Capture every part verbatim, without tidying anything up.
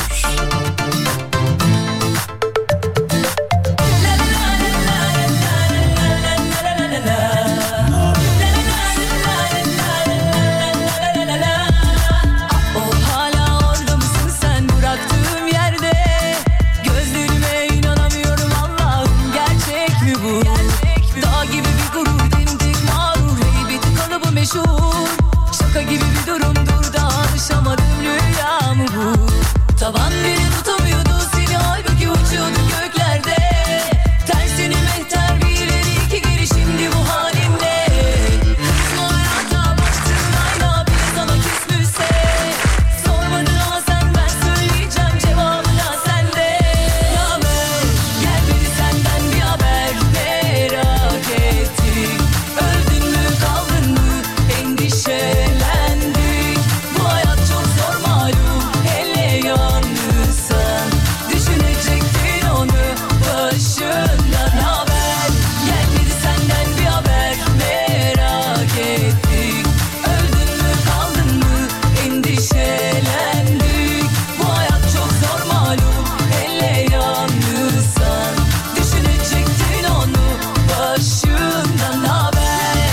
Şaka gibi bir durumdur da alışamadım, rüya mı bu? Tavan beni tutamıyordu seni, halbuki uçuyordun göklerde. Tersini mehter bir ileri iki geri, şimdi bu halinle. Kızma hayata baktığın ayna bile sana küsmüşse. Sormadın ama sen, ben söyleyeceğim cevabı da sende. Naber, gelmedi senden bir haber, merak ettik. Öldün mü kaldın mı endişelendik. Bu hayat çok zor malum, hele yalnızsan düşünecektin onu başından. Haber gelmedi senden bir haber, merak ettik. Öldün mü kaldın mı endişelendik. Bu hayat çok zor malum, hele yalnızsan düşünecektin onu başından. Haber.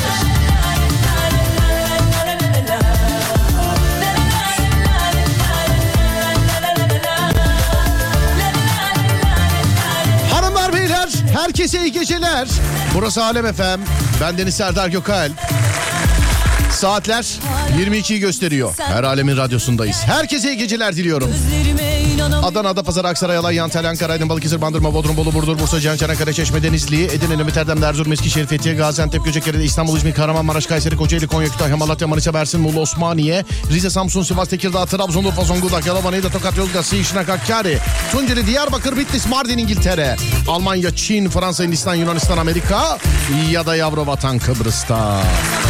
Hanımlar beyler, herkese iyi geceler. Burası Alem F M. Ben Deniz Serdar Gökalp. Saatler yirmi ikiyi gösteriyor. Her Alemin radyosundayız. Herkese iyi geceler diliyorum. Adana, Adapazarı, Aksaray, Alay, Yantel, Ankara, Aydın, Balıkesir, Bandırma, Bodrum, Bolu, Burdur, Bursa, Can, Çanakkale, Çeşme, Denizli, Edirne, Ümit Erdem, Erzurum, Eskişehir, Fethiye, Gaziantep, Göcekere, İstanbul, İzmir, Kahramanmaraş, Kayseri, Kocaeli, Konya, Kütahya, Malatya, Manisa, Mersin, Muğla, Osmaniye, Rize, Samsun, Sivas, Tekirdağ, Trabzon, Urfa, Zonguldak, Yalova, Niğde, Tokat, Yozgat, Siirt'in, Hakkari, Tunceli, Diyarbakır, Bitlis, Mardin, İngiltere, Almanya, Çin, Fransa, Hindistan, Yunanistan, Amerika ya da yavru vatan Kıbrıs'ta.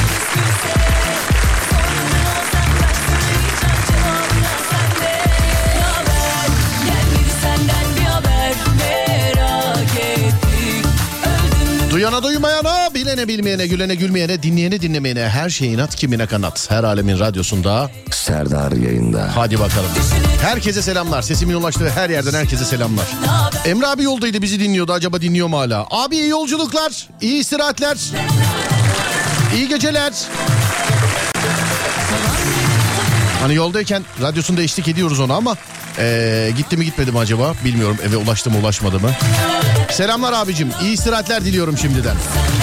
Duyana duymayana, bilene bilmeyene, gülene gülmeyene, dinleyene dinlemeyene, her şeyin at kimine kanat. Her Alemin radyosunda Serdar yayında. Hadi bakalım. Herkese selamlar. Sesimin ulaştığı her yerden herkese selamlar. Emre abi yoldaydı, bizi dinliyordu. Acaba dinliyor mu hala? Abi iyi yolculuklar, iyi istirahatler, iyi geceler. Hani yoldayken radyosunda eşlik ediyoruz ona ama ee, gitti mi gitmedi mi acaba bilmiyorum, eve ulaştı mı ulaşmadı mı. Selamlar abicim, iyi istirahatler diliyorum şimdiden.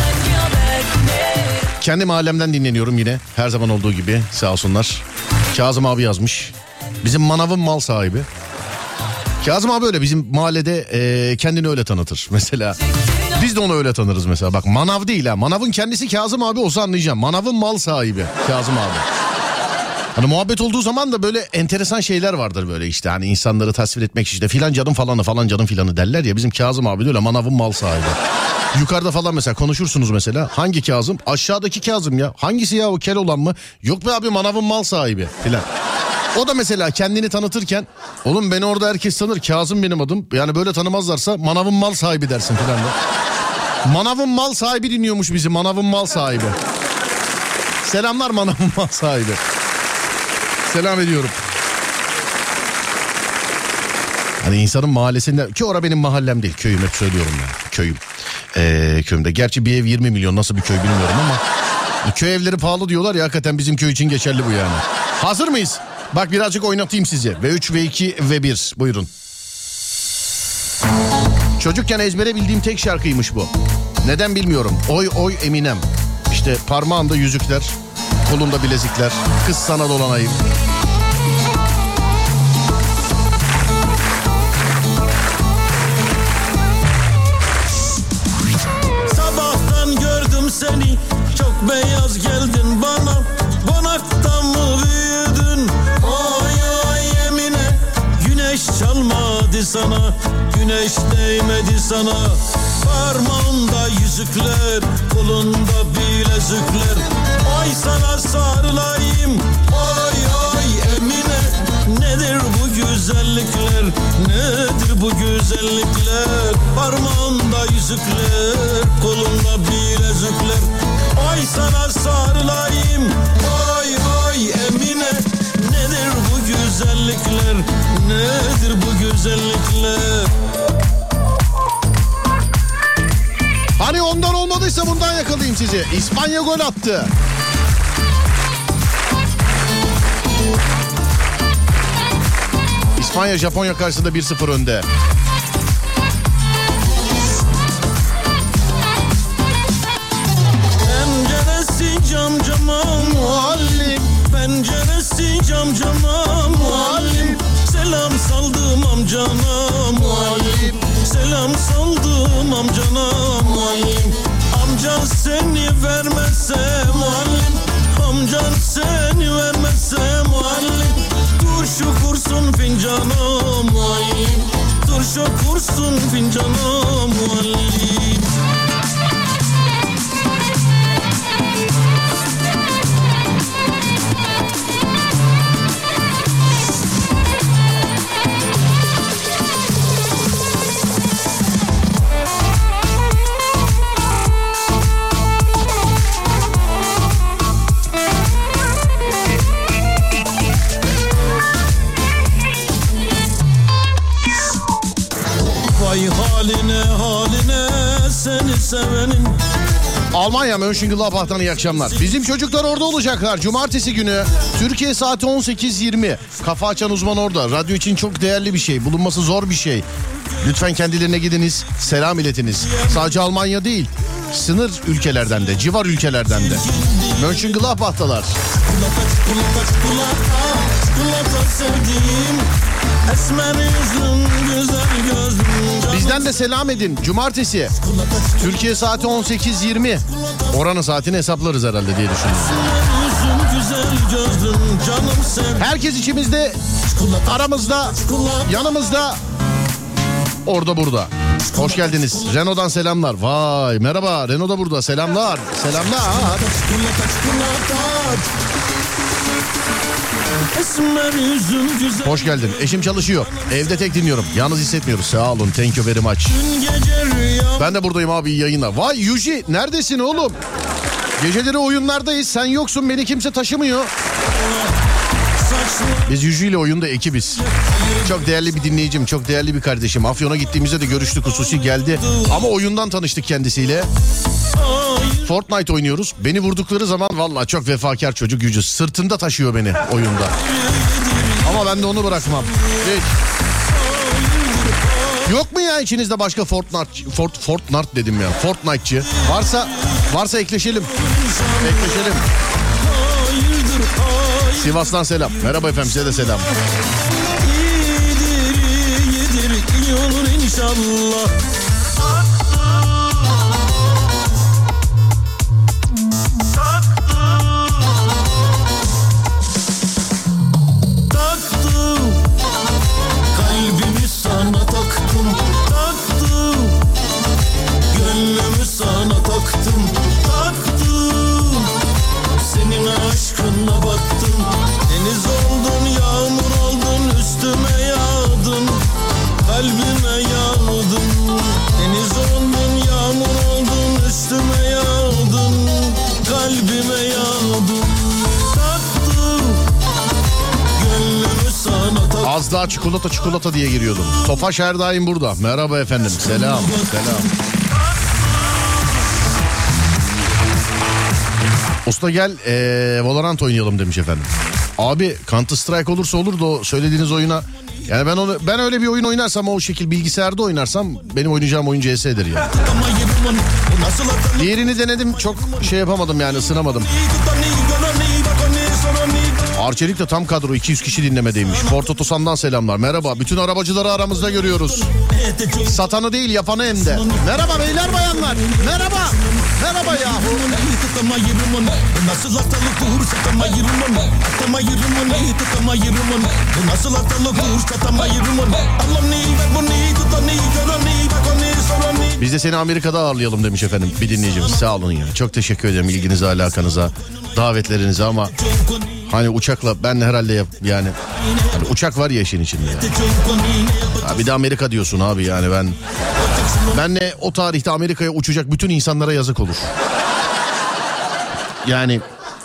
Kendi mahallemden dinleniyorum yine her zaman olduğu gibi, sağ olsunlar. Kazım abi yazmış, bizim manavın mal sahibi. Kazım abi öyle bizim mahallede ee, kendini öyle tanıtır mesela. Biz de onu öyle tanırız mesela, bak manav değil ha, manavın kendisi Kazım abi olsa anlayacağım. Manavın mal sahibi Kazım abi. Hani muhabbet olduğu zaman da böyle enteresan şeyler vardır böyle işte, hani insanları tasvir etmek işte, filan canım falanı falan canım filanı derler ya, bizim Kazım abi de öyle manavın mal sahibi. Yukarıda falan mesela konuşursunuz mesela, hangi Kazım? Aşağıdaki Kazım ya, hangisi ya, o kel olan mı? Yok be abi, manavın mal sahibi filan. O da mesela kendini tanıtırken, oğlum beni orada herkes tanır, Kazım benim adım, yani böyle tanımazlarsa manavın mal sahibi dersin filan da. Manavın mal sahibi dinliyormuş bizi, manavın mal sahibi. Selamlar manavın mal sahibi. Selam ediyorum. Hani insanın mahallesinde, ki ora benim mahallem değil, köyüm, hep söylüyorum ya, köyüm. Ee, köyümde. Gerçi bir ev yirmi milyon, nasıl bir köy bilmiyorum ama köy evleri pahalı diyorlar ya, hakikaten bizim köy için geçerli bu yani. Hazır mıyız? Bak birazcık oynatayım sizi. V üç, V iki, V bir buyurun. Çocukken ezbere bildiğim tek şarkıymış bu. Neden bilmiyorum. Oy oy Eminem. İşte parmağında yüzükler, kolunda bilezikler, kız sana dolanayım. Sabahtan gördüm seni, çok beyaz geldin bana. Konakta mı büyüdün? Oy oy Emine. Güneş çalmadı sana, güneş değmedi sana. Parmağında yüzükler, kolunda bilezikler. Ay sana sarılayım, oy oy Emine. Nedir bu güzellikler, nedir bu güzellikler? Parmağında yüzükler, kolunda bilezikler. Ay sana sarılayım, oy oy Emine. Nedir bu güzellikler, nedir özellikle. Hani ondan olmadıysa bundan yakalayayım sizi. İspanya gol attı. İspanya Japonya karşısında bir sıfır önde. Penceresi cam cama muallim, penceresi cam cama muallim. Selam saldım amcana muallim, selam saldım amcana muallim. Amcan seni vermezse muallim, amcan seni vermezse muallim. Turşu kursun fincana muallim, turşu kursun fincana muallim. Vay haline haline seni sevenin. Almanya Mönchengladbach'tan iyi akşamlar. Bizim çocuklar orada olacaklar. Cumartesi günü Türkiye saati on sekiz yirmi. Kafa açan uzman orada. Radyo için çok değerli bir şey. Bulunması zor bir şey. Lütfen kendilerine gidiniz. Selam iletiniz. Sadece Almanya değil. Sınır ülkelerden de, civar ülkelerden de. Mönchengladbach'talar. Çikolata çikolata çikolata çikolata sevdiğim. Esmer yüzlüm güzel gözlüm. Bizden de selam edin. Cumartesi Türkiye saati on sekiz yirmi. Oranın saatini hesaplarız herhalde diye düşünüyorum. Herkes içimizde, aramızda, yanımızda, orada burada. Hoş geldiniz. Renault'dan selamlar. Vay merhaba, Renault da burada. Selamlar. Selamlar. Hoş geldin. Eşim çalışıyor. Evde tek dinliyorum. Yalnız hissetmiyoruz. Sağ olun. Thank you very much. Ben de buradayım abi, iyi yayınlar. Vay Yuji, neredesin oğlum? Geceleri oyunlardayız. Sen yoksun, beni kimse taşımıyor. Biz Yuji ile oyunda ekibiz. Çok değerli bir dinleyicim, çok değerli bir kardeşim. Afyon'a gittiğimizde de görüştük, hususi geldi. Ama oyundan tanıştık kendisiyle. Fortnite oynuyoruz. Beni vurdukları zaman vallahi çok vefakar çocuk Yücü. Sırtında taşıyor beni oyunda. Ama ben de onu bırakmam. Hiç. Yok mu ya içinizde başka Fortnite, Fort, Fortnite dedim ya. Fortnite'çı. Varsa varsa ekleşelim. Ekleşelim. Sivas'tan selam. Merhaba efendim, size de selam. İyidir, iyidir, iyi olur inşallah. Taktım, kalbimi sana taktım. Taktım, gönlümü sana taktım. Taktım, senin aşkınla baktım. Deniz oldun, yağmur oldun, üstüme yağdın, kalbime yağdın. Deniz oldun, yağmur oldun, üstüme yağdın, kalbime yağdın. Taktım, gönlümü sana taktım. Az daha çikolata çikolata diye giriyordum. Tofaş her daim burada. Merhaba efendim. Selam. Selam. Usta gel ee, Valorant oynayalım demiş efendim. Abi Counter Strike olursa olur da o söylediğiniz oyuna, yani ben onu ben öyle bir oyun oynarsam, o şekil bilgisayarda oynarsam, benim oynayacağım oyun C S'dir ya. Diğerini denedim, çok şey yapamadım yani, ısınamadım. Arçelik de tam kadro, iki yüz kişi dinlemedeymiş. Ford Otosan'dan selamlar. Merhaba, bütün arabacıları aramızda görüyoruz. Satanı değil, yapanı hem de. Merhaba beyler bayanlar. Merhaba. Merhaba yahu. Biz de seni Amerika'da ağırlayalım demiş efendim bir dinleyicimiz. Sağ olun ya. Çok teşekkür ederim ilginize, alakanıza, davetlerinize, ama hani uçakla ben herhalde yap yani, hani uçak var ya işin içinde ya. Ha, bir de Amerika diyorsun abi, yani ben benle o tarihte Amerika'ya uçacak bütün insanlara yazık olur. Yani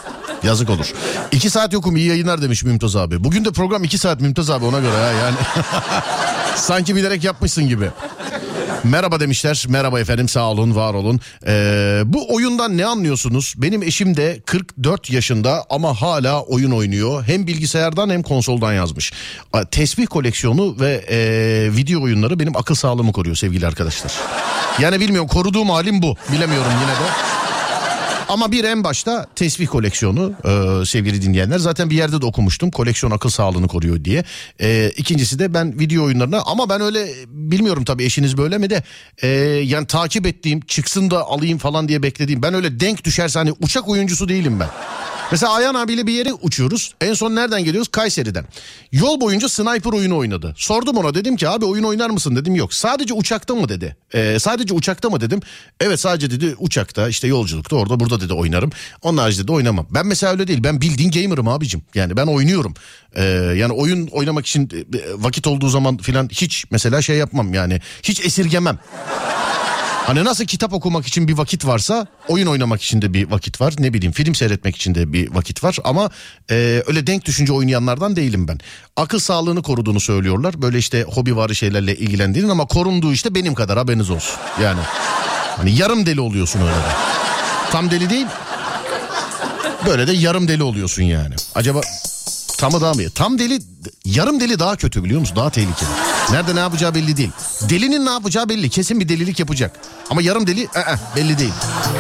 Yazık olur. İki saat yokum, iyi yayınlar demiş Mümtaz abi. Bugün de program iki saat Mümtaz abi, ona göre ha yani. Sanki bilerek yapmışsın gibi. Merhaba demişler. Merhaba efendim, sağ olun, var olun. Ee, bu oyundan ne anlıyorsunuz? Benim eşim de kırk dört yaşında ama hala oyun oynuyor. Hem bilgisayardan hem konsoldan yazmış. Tesbih koleksiyonu ve e, video oyunları benim akıl sağlığımı koruyor sevgili arkadaşlar. Yani bilmiyorum, koruduğum halim bu. Bilemiyorum yine de. Ama bir en başta tesbih koleksiyonu e, sevgili dinleyenler. Zaten bir yerde de okumuştum, koleksiyon akıl sağlığını koruyor diye. E, ikincisi de ben video oyunlarına, ama ben öyle bilmiyorum tabii eşiniz böyle mi de e, yani takip ettiğim, çıksın da alayım falan diye beklediğim, ben öyle denk düşerse, hani uçak oyuncusu değilim ben. Mesela Ayhan abiyle bir yere uçuyoruz. En son nereden geliyoruz? Kayseri'den. Yol boyunca sniper oyunu oynadı. Sordum ona, dedim ki abi oyun oynar mısın dedim. Yok. Sadece uçakta mı dedi. Ee, sadece uçakta mı dedim. Evet sadece dedi uçakta, işte yolculukta, orada burada dedi oynarım. Onun haricinde de oynamam. Ben mesela öyle değil. Ben bildiğin gamer'ım abicim. Yani ben oynuyorum. Ee, yani oyun oynamak için vakit olduğu zaman filan hiç mesela şey yapmam yani. Hiç esirgemem. Hani nasıl kitap okumak için bir vakit varsa oyun oynamak için de bir vakit var. Ne bileyim, film seyretmek için de bir vakit var. Ama e, öyle denk düşünce oynayanlardan değilim ben. Akıl sağlığını koruduğunu söylüyorlar. Böyle işte hobi varı şeylerle ilgilendiğinin, ama korunduğu işte benim kadar, haberiniz olsun. Yani hani yarım deli oluyorsun öyle de. Tam deli değil. Böyle de yarım deli oluyorsun yani. Acaba tamı daha mı? Tam deli, yarım deli daha kötü biliyor musun? Daha tehlikeli. Nerede ne yapacağı belli değil. Delinin ne yapacağı belli. Kesin bir delilik yapacak. Ama yarım deli ı-ı, belli değil.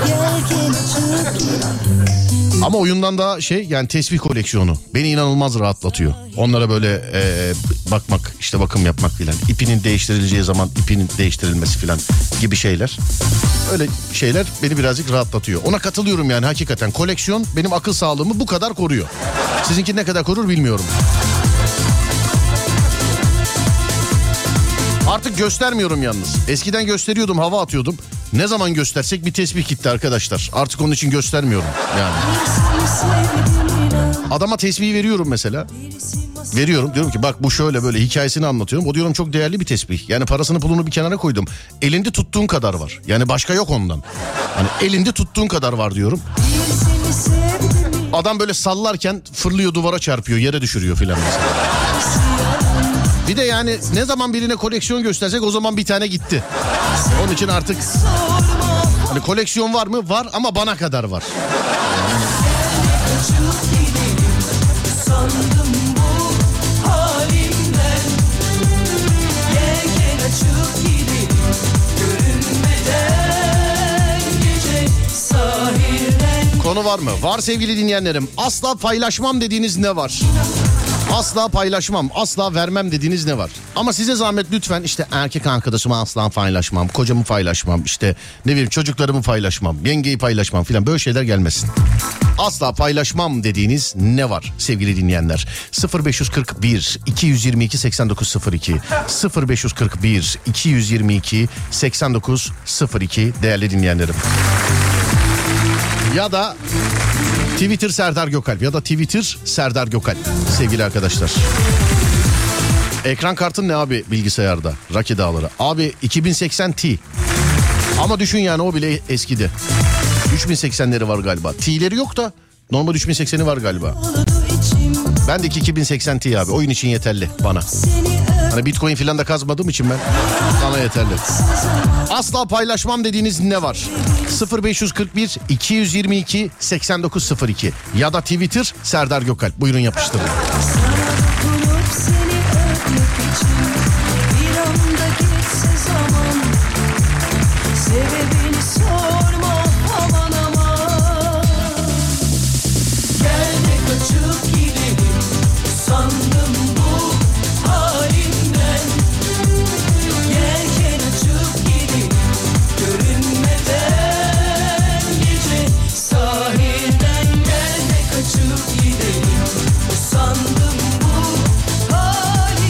Ama oyundan daha şey, yani tesbih koleksiyonu beni inanılmaz rahatlatıyor. Onlara böyle e, bakmak, işte bakım yapmak filan. İpinin değiştirileceği zaman ipinin değiştirilmesi filan gibi şeyler. Öyle şeyler beni birazcık rahatlatıyor. Ona katılıyorum yani, hakikaten. Koleksiyon benim akıl sağlığımı bu kadar koruyor. Sizinki ne kadar korur bilmiyorum. Artık göstermiyorum yalnız. Eskiden gösteriyordum, hava atıyordum. Ne zaman göstersek bir tesbih gitti arkadaşlar. Artık onun için göstermiyorum yani. Adama tesbihi veriyorum mesela. Veriyorum, diyorum ki bak bu şöyle böyle, hikayesini anlatıyorum. O diyorum çok değerli bir tesbih. Yani parasını pulunu bir kenara koydum. Elinde tuttuğun kadar var. Yani başka yok ondan. Hani elinde tuttuğun kadar var diyorum. Adam böyle sallarken fırlıyor, duvara çarpıyor, yere düşürüyor filan mesela. Bir de yani ne zaman birine koleksiyon göstersek o zaman bir tane gitti. Onun için artık hani koleksiyon var mı? Var, ama bana kadar var. Konu var mı? Var sevgili dinleyenlerim. Asla paylaşmam dediğiniz ne var? Asla paylaşmam, asla vermem dediğiniz ne var? Ama size zahmet lütfen, işte erkek arkadaşımı asla paylaşmam, kocamı paylaşmam, işte ne bileyim çocuklarımı paylaşmam, yengeyi paylaşmam filan, böyle şeyler gelmesin. Asla paylaşmam dediğiniz ne var sevgili dinleyenler? sıfır beş kırk bir iki yüz yirmi iki seksen dokuz sıfır iki sıfır beş kırk bir iki yüz yirmi iki seksen dokuz sıfır iki değerli dinleyenlerim. Ya da Twitter Serdar Gökalp ya da Twitter Serdar Gökalp sevgili arkadaşlar. Ekran kartın ne abi bilgisayarda? Raki Dağları. Abi iki bin seksen Ti. Ama düşün yani, o bile eskidi. üç bin seksenleri var galiba. Ti'leri yok da normal üç bin sekseni var galiba. Bendeki iki bin seksen Ti abi. Oyun için yeterli bana. Hani Bitcoin filan da kazmadığım için ben, bana yeterli. Asla paylaşmam dediğiniz ne var? sıfır beş kırk bir iki yüz yirmi iki seksen dokuz sıfır iki ya da Twitter Serdar Gökalp. Buyurun yapıştırın.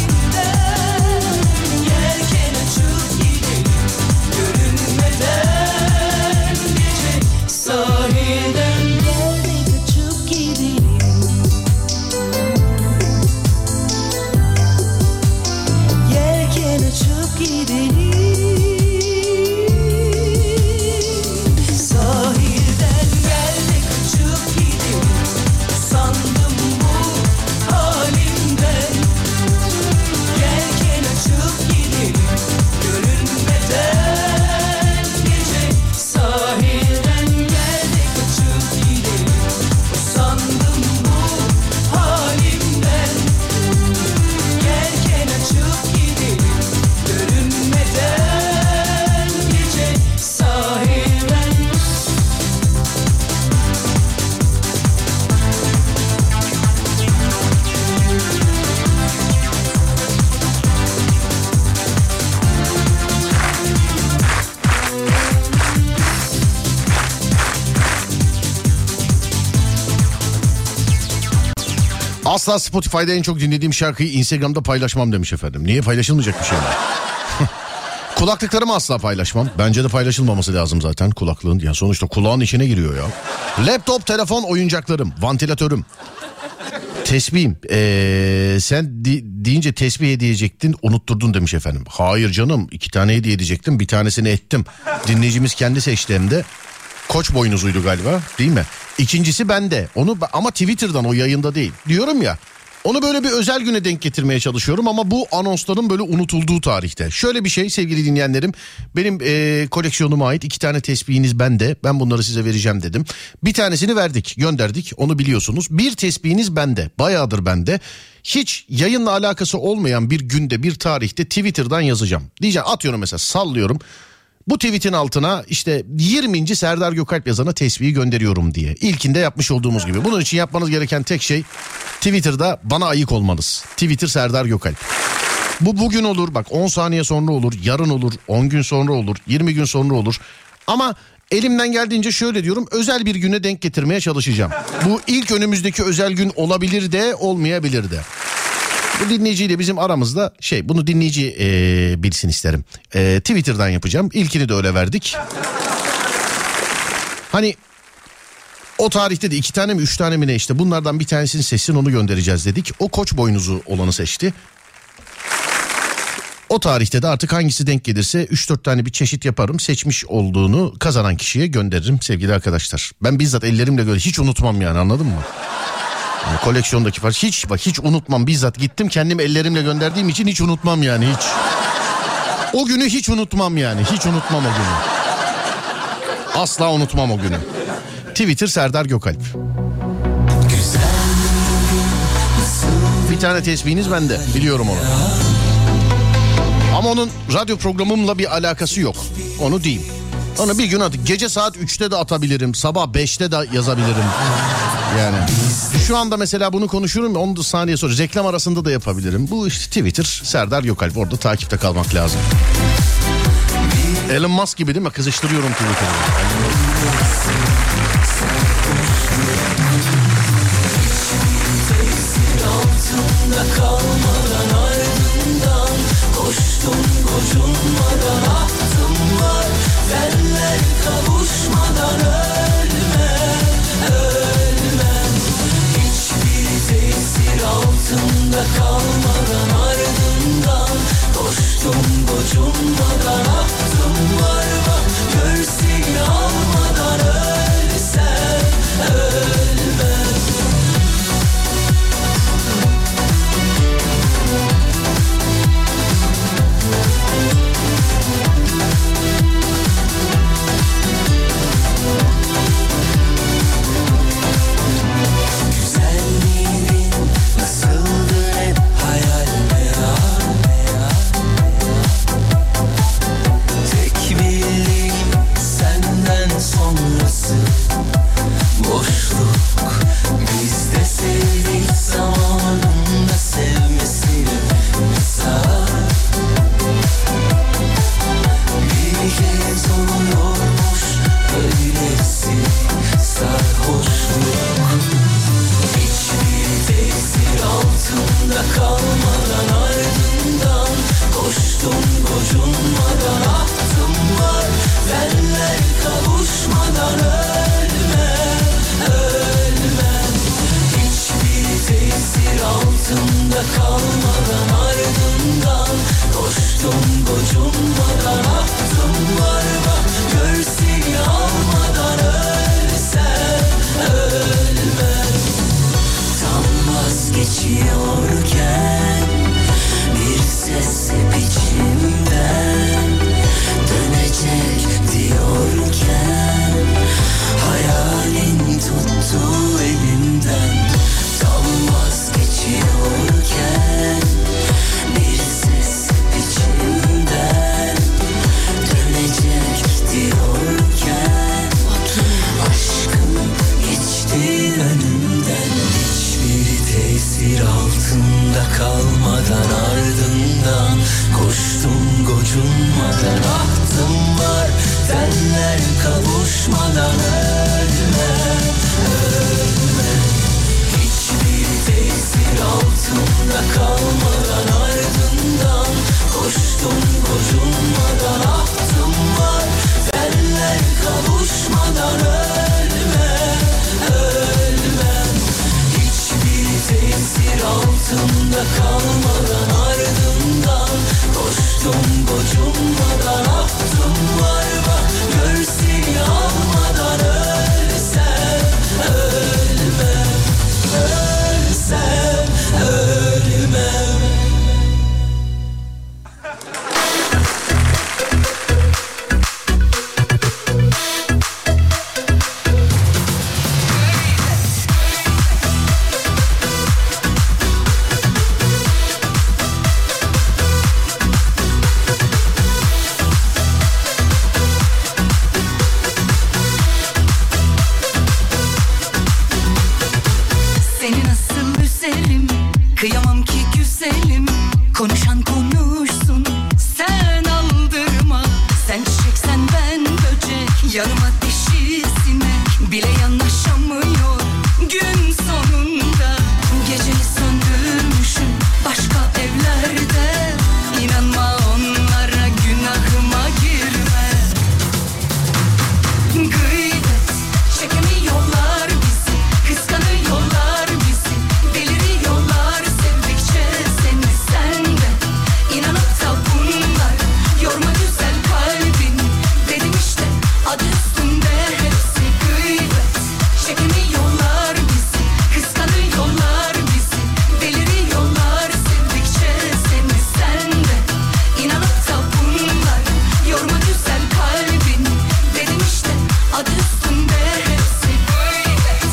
Görünmeden Asla Spotify'da en çok dinlediğim şarkıyı Instagram'da paylaşmam demiş efendim. Niye, paylaşılmayacak bir şey mi? Kulaklıklarımı asla paylaşmam. Bence de paylaşılmaması lazım zaten kulaklığın. Ya sonuçta kulağın içine giriyor ya. Laptop, telefon, oyuncaklarım, vantilatörüm, tesbihim. Ee, sen di- deyince tesbih hediye edecektin, unutturdun demiş efendim. Hayır canım, iki tane hediye edecektim, bir tanesini ettim. Dinleyicimiz kendi seçti hem de. Koç boynuzuydu galiba, değil mi? İkincisi bende. Onu ama Twitter'dan, o yayında değil. Diyorum ya. Onu böyle bir özel güne denk getirmeye çalışıyorum ama bu anonsların böyle unutulduğu tarihte. Şöyle bir şey sevgili dinleyenlerim, benim e, koleksiyonuma ait iki tane tesbihiniz bende. Ben bunları size vereceğim dedim. Bir tanesini verdik, gönderdik, onu biliyorsunuz. Bir tesbihiniz bende, bayağıdır bende. Hiç yayınla alakası olmayan bir günde, bir tarihte Twitter'dan yazacağım. Diyeceğim, atıyorum mesela, sallıyorum. Bu tweetin altına işte yirminci Serdar Gökalp yazana tesbihi gönderiyorum diye. İlkinde yapmış olduğumuz gibi. Bunun için yapmanız gereken tek şey Twitter'da bana ayık olmanız. Twitter Serdar Gökalp. Bu bugün olur, bak on saniye sonra olur, yarın olur, on gün sonra olur, yirmi gün sonra olur. Ama elimden geldiğince şöyle diyorum, özel bir güne denk getirmeye çalışacağım. Bu ilk önümüzdeki özel gün olabilir de olmayabilir de. Bu dinleyiciyle bizim aramızda şey, bunu dinleyici ee, bilsin isterim. E, Twitter'dan yapacağım. İlkini de öyle verdik. Hani o tarihte de iki tane mi üç tane mi ne, işte bunlardan bir tanesini seçsin, onu göndereceğiz dedik. O koç boynuzu olanı seçti. O tarihte de artık hangisi denk gelirse üç dört tane bir çeşit yaparım. Seçmiş olduğunu kazanan kişiye gönderirim sevgili arkadaşlar. Ben bizzat ellerimle böyle hiç unutmam yani, anladın mı? Yani koleksiyondaki var. Hiç bak hiç unutmam, bizzat gittim kendim ellerimle gönderdiğim için hiç unutmam yani, hiç. O günü hiç unutmam yani, hiç unutmam o günü. Asla unutmam o günü. Twitter Serdar Gökalp. Bir tane tesbihiniz bende, biliyorum onu. Ama onun radyo programımla bir alakası yok. Onu diyeyim. Onu bir gün at, gece saat üçte de atabilirim, sabah beşte de yazabilirim. Yani şu anda mesela bunu konuşuyorum ya, on saniye sonra reklam arasında da yapabilirim. Bu işte Twitter Serdar Gökalp, orada takipte kalmak lazım. Elon Musk gibi değil mi? Kızıştırıyorum Twitter'ı. Koştum gocunmadan, ahtım var, senler kavuşmadan ölme, ölme. Hiçbir tesir altında kalmadan, ardından koştum gocunmadan, ahtım var, bak gör seni almadan ölsem, ölme. Kavuşmadan ölme, ölme. Hiçbir tesir kalmadan ardından, koştum gocunmadan ahtım var. Senler kavuşmadan ölmem, ölmem. Hiçbir tesir altında kalmadan ardından, koştum gocunmadan ahtım var. Bak gör seni almadan ölsem, ölmem, ölsem, ölmem. Seni nasıl üzerim, kıyamam ki güzelim. Konuşan konuşsun, sen aldırma. Sen çiçeksen ben böcek, yanıma dişi sinek. Bile yanaşamıyor gün sonunda. Geceyi söndürmüşüm başka evlerde. İnanma onlara, günahıma girme. Gıybet çekemiyorlar bizi, kıskanıyorlar bizi, deliriyorlar sevdikçe seni sende. İnanıp da bunlar yorma güzel kalbini, dedim işte adı üstünde hepsi. Gıybet çekemiyorlar bizi, kıskanıyorlar bizi, deliriyorlar sevdikçe seni sende. İnanıp da bunlar yorma güzel kalbini, dedim işte adı üstünde hepsi. Gıybet.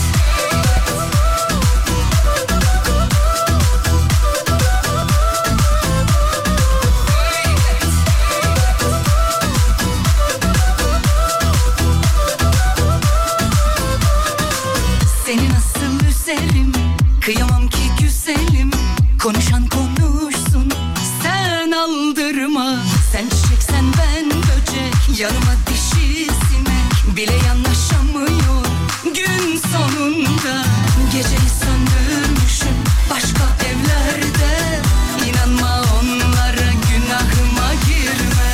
Seni nasıl üzerim, kıyamam ki güzelim. Konuşan konuşsun, sen aldırma. Sen çiçeksen ben böcek, yanıma dişi sinek. Bile yanaşamıyor gün sonunda. Geceyi söndürmüşüm başka evlerde. İnanma onlara, günahıma girme.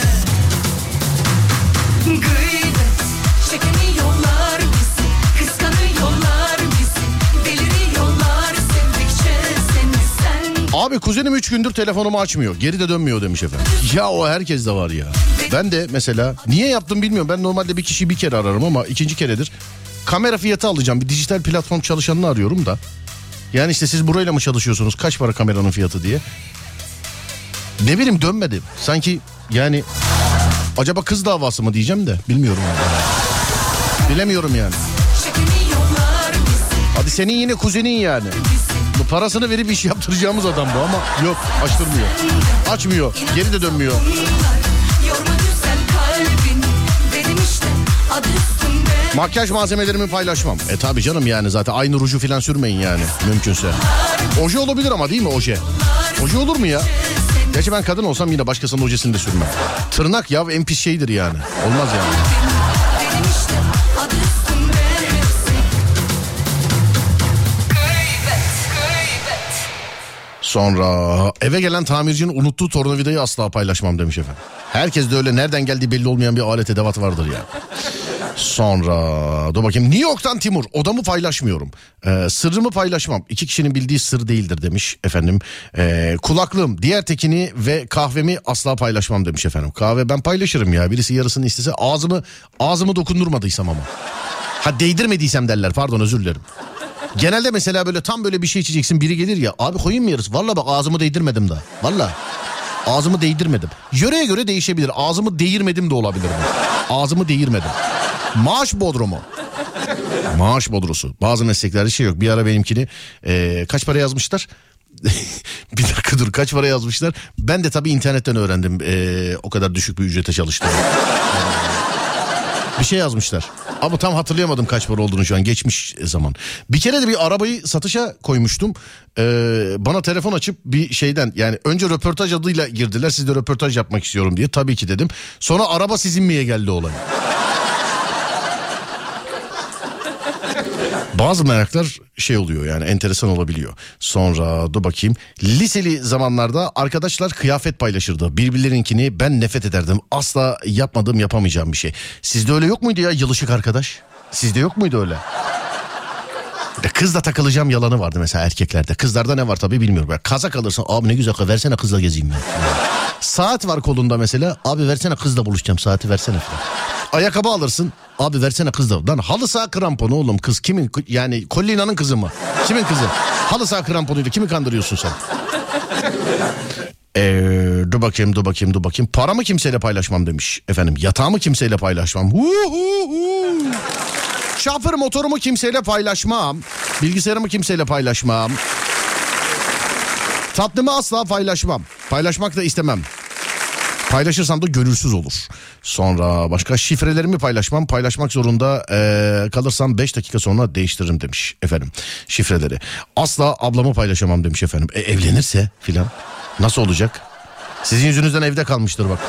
Gıybet çekemiyorlar bizi, kıskanıyorlar bizi, deliriyorlar sevdikçe seni sen. Abi kuzenim üç gündür telefonumu açmıyor. Geri de dönmüyor demiş efendim. Ya o herkes de var ya. Ben de mesela niye yaptım bilmiyorum. Ben normalde bir kişiyi bir kere ararım ama ikinci keredir. Kamera fiyatı alacağım. Bir dijital platform çalışanını arıyorum da. Yani işte siz burayla mı çalışıyorsunuz? Kaç para kameranın fiyatı diye. Ne bileyim dönmedi. Sanki yani acaba kız davası mı diyeceğim de bilmiyorum. Yani. Bilemiyorum yani. Çekemiyorlar bizi, Hadi senin yine kuzenin yani. Bu parasını verip iş yaptıracağımız adam bu ama yok açtırmıyor. Açmıyor. Geri de dönmüyor. bunlar yorma güzel kalbini, dedim işte adı üstünde. Makyaj malzemelerimi paylaşmam. E tabi canım yani zaten aynı ruju falan sürmeyin yani mümkünse. Oje olabilir ama değil mi oje? Oje olur mu ya? Gerçi ben kadın olsam yine başkasının ojesini de sürmem. Tırnak ya en pis şeydir yani. Olmaz yani. Dedim işte adı üstünde hepsi. Gıybet, gıybet. Sonra eve gelen tamircinin unuttuğu tornavidayı asla paylaşmam demiş efendim. Herkes de öyle nereden geldiği belli olmayan bir alet edevat vardır ya. Sonra dur bakayım, New York'tan Timur, odamı paylaşmıyorum. Ee, sırrımı paylaşmam. İki kişinin bildiği sır değildir demiş efendim. Ee, kulaklığım, diğer tekini ve kahvemi asla paylaşmam demiş efendim. Kahve ben paylaşırım ya, birisi yarısını istese, ağzımı ağzımı dokundurmadıysam ama. Ha değdirmediysem derler, pardon özür dilerim. Genelde mesela böyle tam böyle bir şey içeceksin, biri gelir ya, abi koyayım mı yarısı? Valla bak ağzımı değdirmedim da. Valla. Ağzımı değdirmedim. Yöreye göre değişebilir. Ağzımı değirmedim de olabilir. Ağzımı değirmedim. Maaş bodrumu. Maaş bodrusu. Bazı mesleklerde şey yok. Bir ara benimkini e, kaç para yazmışlar? Bir dakika dur, kaç para yazmışlar? Ben de tabii internetten öğrendim. E, o kadar düşük bir ücrete çalıştım. Bir şey yazmışlar. Ama tam hatırlayamadım kaç para olduğunu şu an. Geçmiş zaman. Bir kere de bir arabayı satışa koymuştum. Ee, bana telefon açıp bir şeyden, yani önce röportaj adıyla girdiler. Siz de röportaj yapmak istiyorum diye. Tabii ki dedim. Sonra araba sizin miye geldi olay. Bazı meraklar şey oluyor yani, enteresan olabiliyor. Sonra dur bakayım. Liseli zamanlarda arkadaşlar kıyafet paylaşırdı. Birbirlerinkini ben nefret ederdim. Asla yapmadığım, yapamayacağım bir şey. Sizde öyle yok muydu ya yılışık arkadaş? Sizde yok muydu öyle? Kızla takılacağım yalanı vardı mesela erkeklerde. Kızlarda ne var tabii bilmiyorum. Böyle kazak alırsın, abi ne güzel, versene kızla gezeyim ben. Saat var kolunda mesela, abi versene kızla buluşacağım, saati versene falan. Ayakkabı alırsın, abi versene kızla. Lan halı saha kramponu oğlum, kız kimin, yani Collina'nın kızı mı? Kimin kızı? Halı saha kramponuyla kimi kandırıyorsun sen? Ee, dur bakayım dur bakayım dur bakayım. Paramı kimseyle paylaşmam demiş efendim. Yatağımı kimseyle paylaşmam. Şoför motorumu kimseyle paylaşmam. Bilgisayarımı kimseyle paylaşmam. Tatlımı asla paylaşmam. Paylaşmak da istemem. Paylaşırsam da gönülsüz olur. Sonra başka şifrelerimi paylaşmam. Paylaşmak zorunda ee, kalırsam beş dakika sonra değiştiririm demiş efendim şifreleri. Asla ablamı paylaşamam demiş efendim. E, evlenirse filan nasıl olacak? Sizin yüzünüzden evde kalmıştır bak.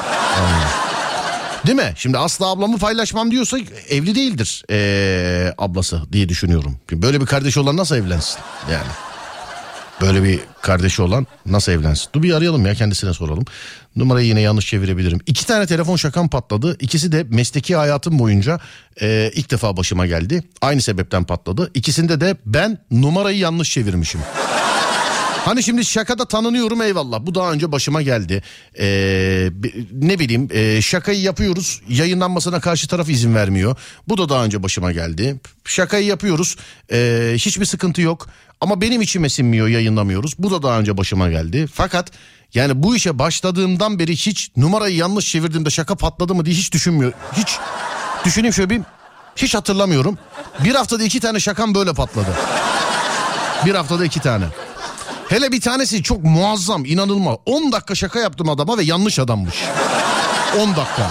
Değil mi? Şimdi asla ablamı paylaşmam diyorsa evli değildir ee, ablası diye düşünüyorum. Böyle bir kardeşi olan nasıl evlensin yani? Böyle bir kardeşi olan nasıl evlensin? Dur bir arayalım ya, kendisine soralım. Numarayı yine yanlış çevirebilirim. İki tane telefon şakam patladı. İkisi de mesleki hayatım boyunca e, ilk defa başıma geldi. Aynı sebepten patladı. İkisinde de ben numarayı yanlış çevirmişim. Hani şimdi şakada tanınıyorum, eyvallah, bu daha önce başıma geldi. Ee, ne bileyim e, şakayı yapıyoruz, yayınlanmasına karşı taraf izin vermiyor. Bu da daha önce başıma geldi. Şakayı yapıyoruz, e, hiçbir sıkıntı yok ama benim içime sinmiyor, yayınlamıyoruz. Bu da daha önce başıma geldi. Fakat yani bu işe başladığımdan beri hiç numarayı yanlış çevirdiğimde şaka patladı mı diye hiç düşünmüyor. Hiç düşüneyim şöyle bir, hiç hatırlamıyorum. Bir haftada iki tane şakam böyle patladı. Bir haftada iki tane. Hele bir tanesi çok muazzam, inanılmaz. on dakika şaka yaptım adama ve yanlış adammış. on dakika.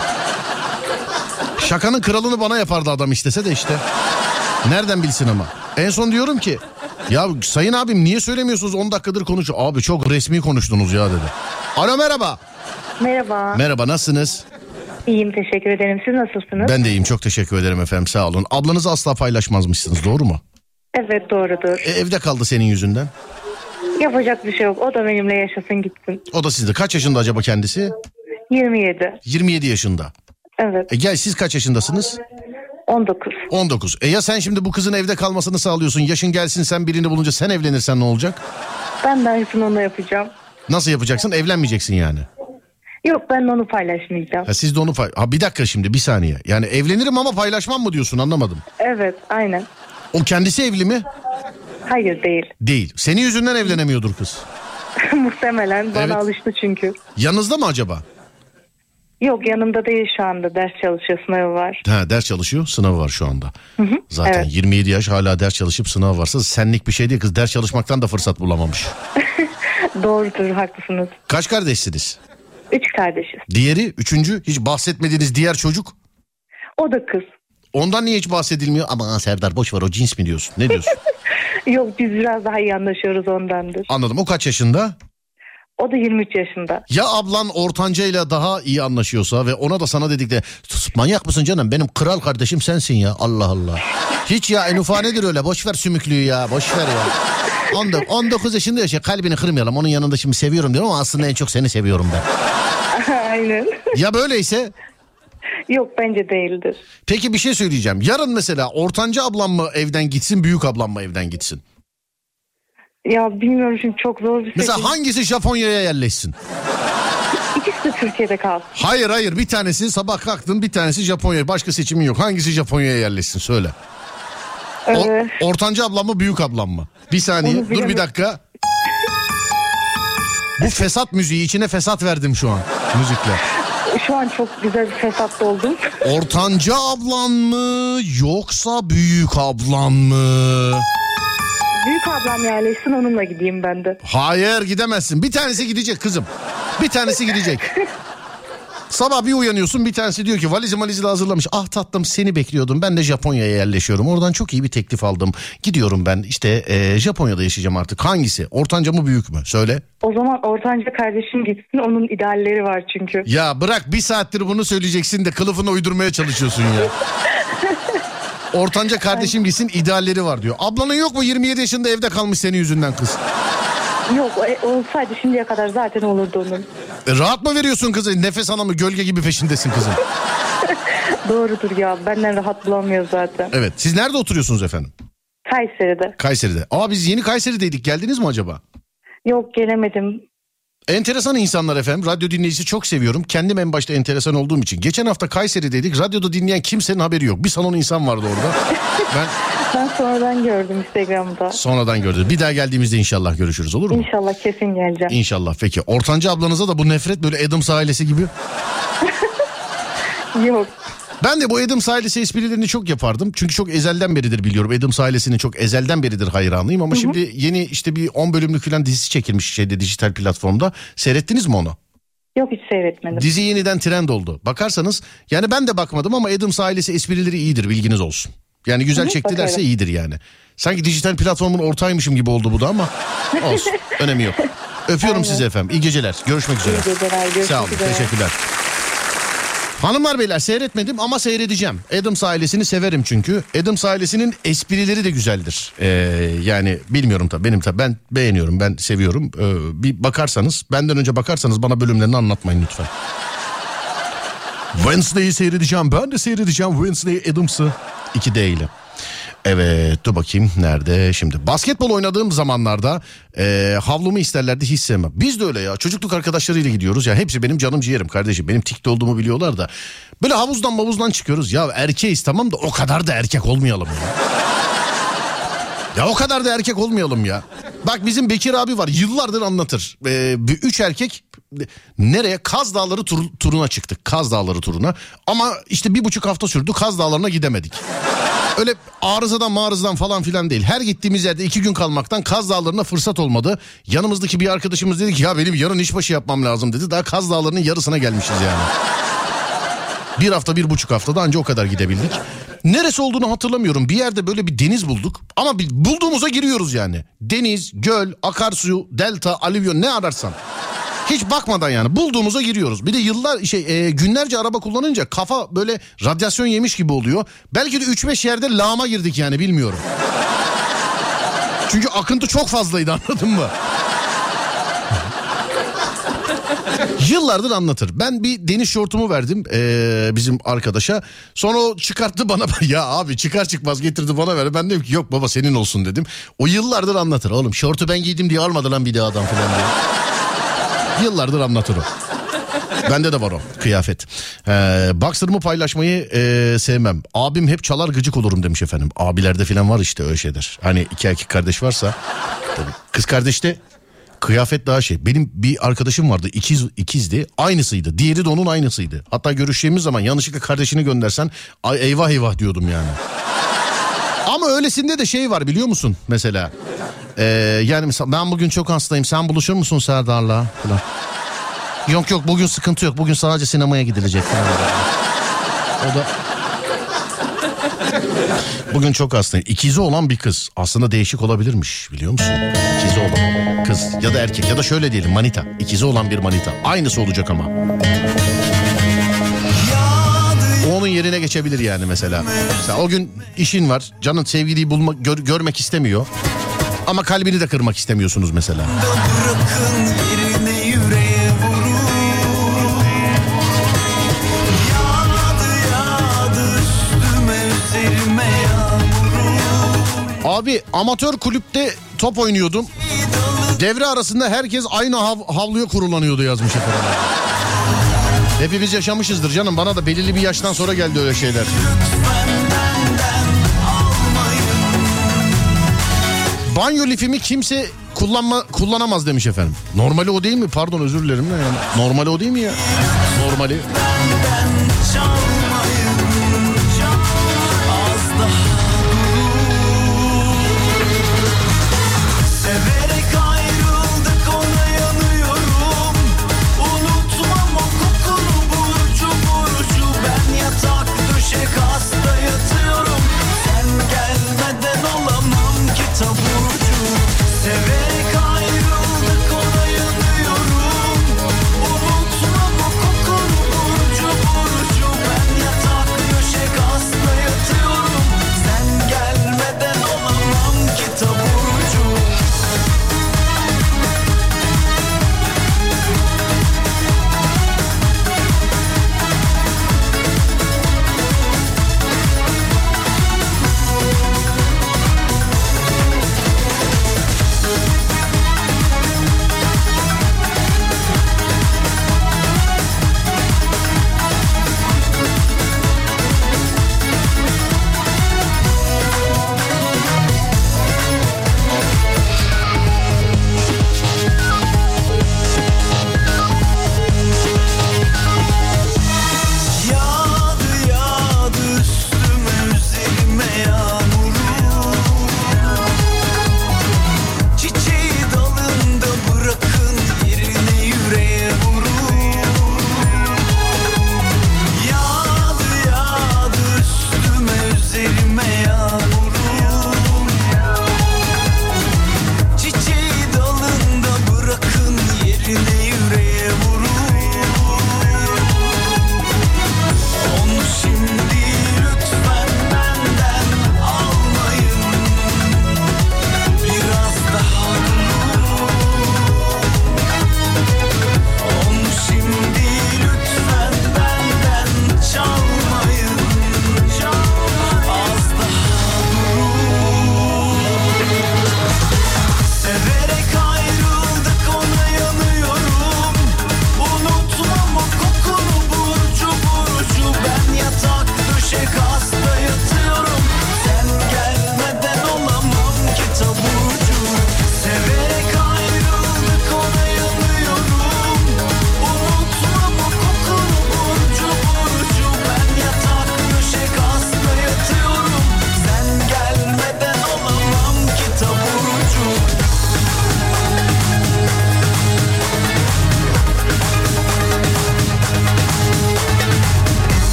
Şakanın kralını bana yapardı adam istese de işte. Nereden bilsin ama. En son diyorum ki, ya sayın abim niye söylemiyorsunuz, on dakikadır konuşuyor. Abi çok resmi konuştunuz ya dedi. Alo merhaba. Merhaba. Merhaba, nasılsınız? İyiyim, teşekkür ederim. Siz nasılsınız? Ben de iyiyim, çok teşekkür ederim efendim, sağ olun. Ablanızı asla paylaşmazmışsınız, doğru mu? Evet, doğrudur. E, evde kaldı senin yüzünden. Yapacak bir şey yok. O da benimle yaşasın gitsin. O da sizde. Kaç yaşında acaba kendisi? yirmi yedi. yirmi yedi yaşında. Evet. E gel, siz kaç yaşındasınız? on dokuz. on dokuz. E ya sen şimdi bu kızın evde kalmasını sağlıyorsun. Yaşın gelsin, sen birini bulunca sen evlenirsen ne olacak? Ben de aynısını onunla yapacağım. Nasıl yapacaksın? Evlenmeyeceksin yani. Yok, ben onu paylaşmayacağım. Ha, siz de onu pay... Ha, bir dakika şimdi, bir saniye. Yani evlenirim ama paylaşmam mı diyorsun, anlamadım. Evet, aynen. O kendisi evli mi? Hayır, değil. Değil. Senin yüzünden evlenemiyordur kız. Muhtemelen bana Evet. alıştı çünkü. Yanınızda mı acaba? Yok, yanımda değil şu anda. Ders çalışıyor, sınavı var. Ha, ders çalışıyor, sınavı var şu anda. Hı hı, Zaten evet. yirmi yedi yaş, hala ders çalışıp sınav varsa senlik bir şey değil. Kız ders çalışmaktan da fırsat bulamamış. Doğrudur, haklısınız. Kaç kardeşsiniz? Üç kardeşiz. Diğeri, üçüncü, hiç bahsetmediğiniz diğer çocuk? O da kız. Ondan niye hiç bahsedilmiyor? Ama Serdar boş ver, o cins mi diyorsun? Ne diyorsun? Yok, biz biraz daha iyi anlaşıyoruz, ondandır. Anladım. O kaç yaşında? O da yirmi üç yaşında. Ya ablan ortancayla daha iyi anlaşıyorsa ve ona da sana dedikleri, manyak mısın canım, benim kral kardeşim sensin ya, Allah Allah. Hiç ya, en ufa nedir öyle, boş ver sümüklüğü ya, boş ver ya. on dokuz yaşında yaşa, kalbini kırmayalım, onun yanında şimdi seviyorum diyorum ama aslında en çok seni seviyorum ben. Aynen. Ya böyleyse? Yok, bence değildir. Peki bir şey söyleyeceğim. Yarın mesela ortanca ablam mı evden gitsin, büyük ablam mı evden gitsin? Ya bilmiyorum, şimdi çok zor bir şey. Mesela hangisi Japonya'ya yerleşsin? İkisi de Türkiye'de kalsın. Hayır hayır, bir tanesi sabah kalktın, bir tanesi Japonya'ya, başka seçimin yok. Hangisi Japonya'ya yerleşsin söyle. O, Evet. ortanca ablam mı, büyük ablam mı? Bir saniye, Onu dur bir bilemem. dakika. Bu fesat müziği, içine fesat verdim şu an müzikle. Şu an çok güzel bir fesat oldum. Ortanca ablan mı yoksa büyük ablan mı? Büyük ablam yerleşsin, onunla gideyim ben de. Hayır, gidemezsin. Bir tanesi gidecek kızım. Bir tanesi gidecek. Sabah bir uyanıyorsun, bir tanesi diyor ki valizi malizi de hazırlamış. Ah tatlım, seni bekliyordum, ben de Japonya'ya yerleşiyorum. Oradan çok iyi bir teklif aldım. Gidiyorum ben işte e, Japonya'da yaşayacağım artık. Hangisi? Ortanca mı, büyük mü? Söyle. O zaman ortanca kardeşim gitsin, onun idealleri var çünkü. Ya bırak, bir saattir bunu söyleyeceksin de kılıfını uydurmaya çalışıyorsun ya. Ortanca kardeşim gitsin, idealleri var diyor. Ablanın yok mu yirmi yedi yaşında evde kalmış senin yüzünden kız? Yok e, olsaydı şimdiye kadar zaten olurdu onun. E, rahat mı veriyorsun kızı? Nefes anamı gölge gibi peşindesin kızım. Doğrudur ya, benden rahat bulamıyor zaten. Evet, siz nerede oturuyorsunuz efendim? Kayseri'de. Kayseri'de. Aa, biz yeni Kayseri'deydik, geldiniz mi acaba? Yok, gelemedim. Enteresan insanlar efendim. Radyo dinleyicisi çok seviyorum. Kendim en başta enteresan olduğum için. Geçen hafta Kayseri'deydik. Radyoda dinleyen kimsenin haberi yok. Bir salon insan vardı orada. Ben Ben sonradan gördüm Instagram'da. sonradan gördüm. Bir daha geldiğimizde inşallah görüşürüz, olur mu? İnşallah, kesin geleceğim. İnşallah. Peki. Ortanca ablanıza da bu nefret böyle Adams ailesi gibi. Yok. Ben de bu Adams ailesi esprilerini çok yapardım. Çünkü çok ezelden beridir biliyorum. Adams ailesinin çok ezelden beridir hayranıyım. Ama Hı-hı. şimdi yeni işte bir on bölümlük falan dizisi çekilmiş şeyde, dijital platformda. Seyrettiniz mi onu? Yok, hiç seyretmedim. Dizi yeniden trend oldu. Bakarsanız, yani ben de bakmadım ama Adams ailesi esprileri iyidir, bilginiz olsun. Yani güzel Hı-hı, çektilerse bakarım. iyidir yani. Sanki dijital platformun ortağıymışım gibi oldu bu da ama olsun. Önemi yok. Öpüyorum sizi efendim. İyi geceler. Görüşmek üzere. İyi geceler. Görüşmek Sağ olun. üzere. Teşekkürler. Hanımlar beyler, seyretmedim ama seyredeceğim. Adams ailesini severim çünkü. Adams ailesinin esprileri de güzeldir. Ee, yani bilmiyorum tabii, benim tabii ben beğeniyorum, ben seviyorum. Ee, bir bakarsanız, benden önce bakarsanız bana bölümlerini anlatmayın lütfen. Wednesday'i seyredeceğim, ben de seyredeceğim Wednesday Adams'ı. iki D ile. Evet, dur bakayım nerede şimdi. Basketbol oynadığım zamanlarda e, havlumu isterlerdi, hiç sevmem. Biz de öyle ya, çocukluk arkadaşlarıyla gidiyoruz ya, hepsi benim canım ciğerim kardeşim. Benim tikte olduğumu biliyorlar da. Böyle havuzdan mavuzdan çıkıyoruz ya, erkeğiz tamam da o kadar da erkek olmayalım ya. Ya o kadar da erkek olmayalım ya. Bak bizim Bekir abi var, yıllardır anlatır. Ee, üç erkek nereye? Kaz Dağları tur, turuna çıktık. Kaz Dağları turuna. Ama işte bir buçuk hafta sürdü, Kaz Dağları'na gidemedik. Öyle arızadan mağarızdan falan filan değil. Her gittiğimiz yerde iki gün kalmaktan Kaz Dağları'na fırsat olmadı. Yanımızdaki bir arkadaşımız dedi ki ya benim yarın işbaşı yapmam lazım dedi. Daha Kaz Dağları'nın yarısına gelmişiz yani. Bir hafta, bir buçuk haftada anca o kadar gidebildik. Neresi olduğunu hatırlamıyorum. Bir yerde böyle bir deniz bulduk. Ama bir bulduğumuza giriyoruz yani. Deniz, göl, akarsu, delta, alüvyon, ne ararsan. Hiç bakmadan yani bulduğumuza giriyoruz. Bir de yıllar şey e, günlerce araba kullanınca kafa böyle radyasyon yemiş gibi oluyor. Belki de üç beş yerde lağma girdik yani, bilmiyorum. Çünkü akıntı çok fazlaydı, anladın mı? Yıllardır anlatır. Ben bir deniz şortumu verdim ee, bizim arkadaşa. Sonra o çıkarttı bana. Ya abi çıkar çıkmaz getirdi bana ver. Ben dedim ki yok baba senin olsun dedim. O yıllardır anlatır. Oğlum şortu ben giydim diye almadı lan bir daha adam falan diye. Yıllardır anlatır o. Bende de var o kıyafet. Ee, boxer'ımı paylaşmayı e, sevmem. Abim hep çalar gıcık olurum demiş efendim. Abilerde falan var işte öyle şeyler. Hani iki erkek kardeş varsa. Tabii. Kız kardeşte kıyafet daha şey. Benim bir arkadaşım vardı, ikiz ikizdi, aynısıydı. Diğeri de onun aynısıydı. Hatta görüşeceğimiz zaman yanlışlıkla kardeşini göndersen ay eyvah eyvah diyordum yani. Ama öylesinde de şey var biliyor musun mesela? Ee, yani mesela ben bugün çok hastayım, sen buluşur musun Serdar'la falan. Yok yok bugün sıkıntı yok, bugün sadece sinemaya gidilecek falan. O da bugün çok hastayım. İkizi olan bir kız aslında değişik olabilirmiş, biliyor musun? İkizi olan kız ya da erkek ya da şöyle diyelim manita. İkizi olan bir manita. Aynısı olacak ama. O onun yerine geçebilir yani mesela. Mesela o gün işin var. Canın sevgiliyi bulmak, gör, görmek istemiyor. Ama kalbini de kırmak istemiyorsunuz mesela. Bırakın yerine yüreğe vurur. Yağdı yağdı üstüme üzerime yağmuru. Abi amatör kulüpte top oynuyordum. Devre arasında herkes aynı hav- havluya kurulanıyordu yazmış efendim. Hepimiz yaşamışızdır canım. Bana da belirli bir yaştan sonra geldi öyle şeyler. Banyo lifimi kimse kullanma kullanamaz demiş efendim. Normali o değil mi? Pardon özür dilerim. Yani. Normali o değil mi ya? Normali.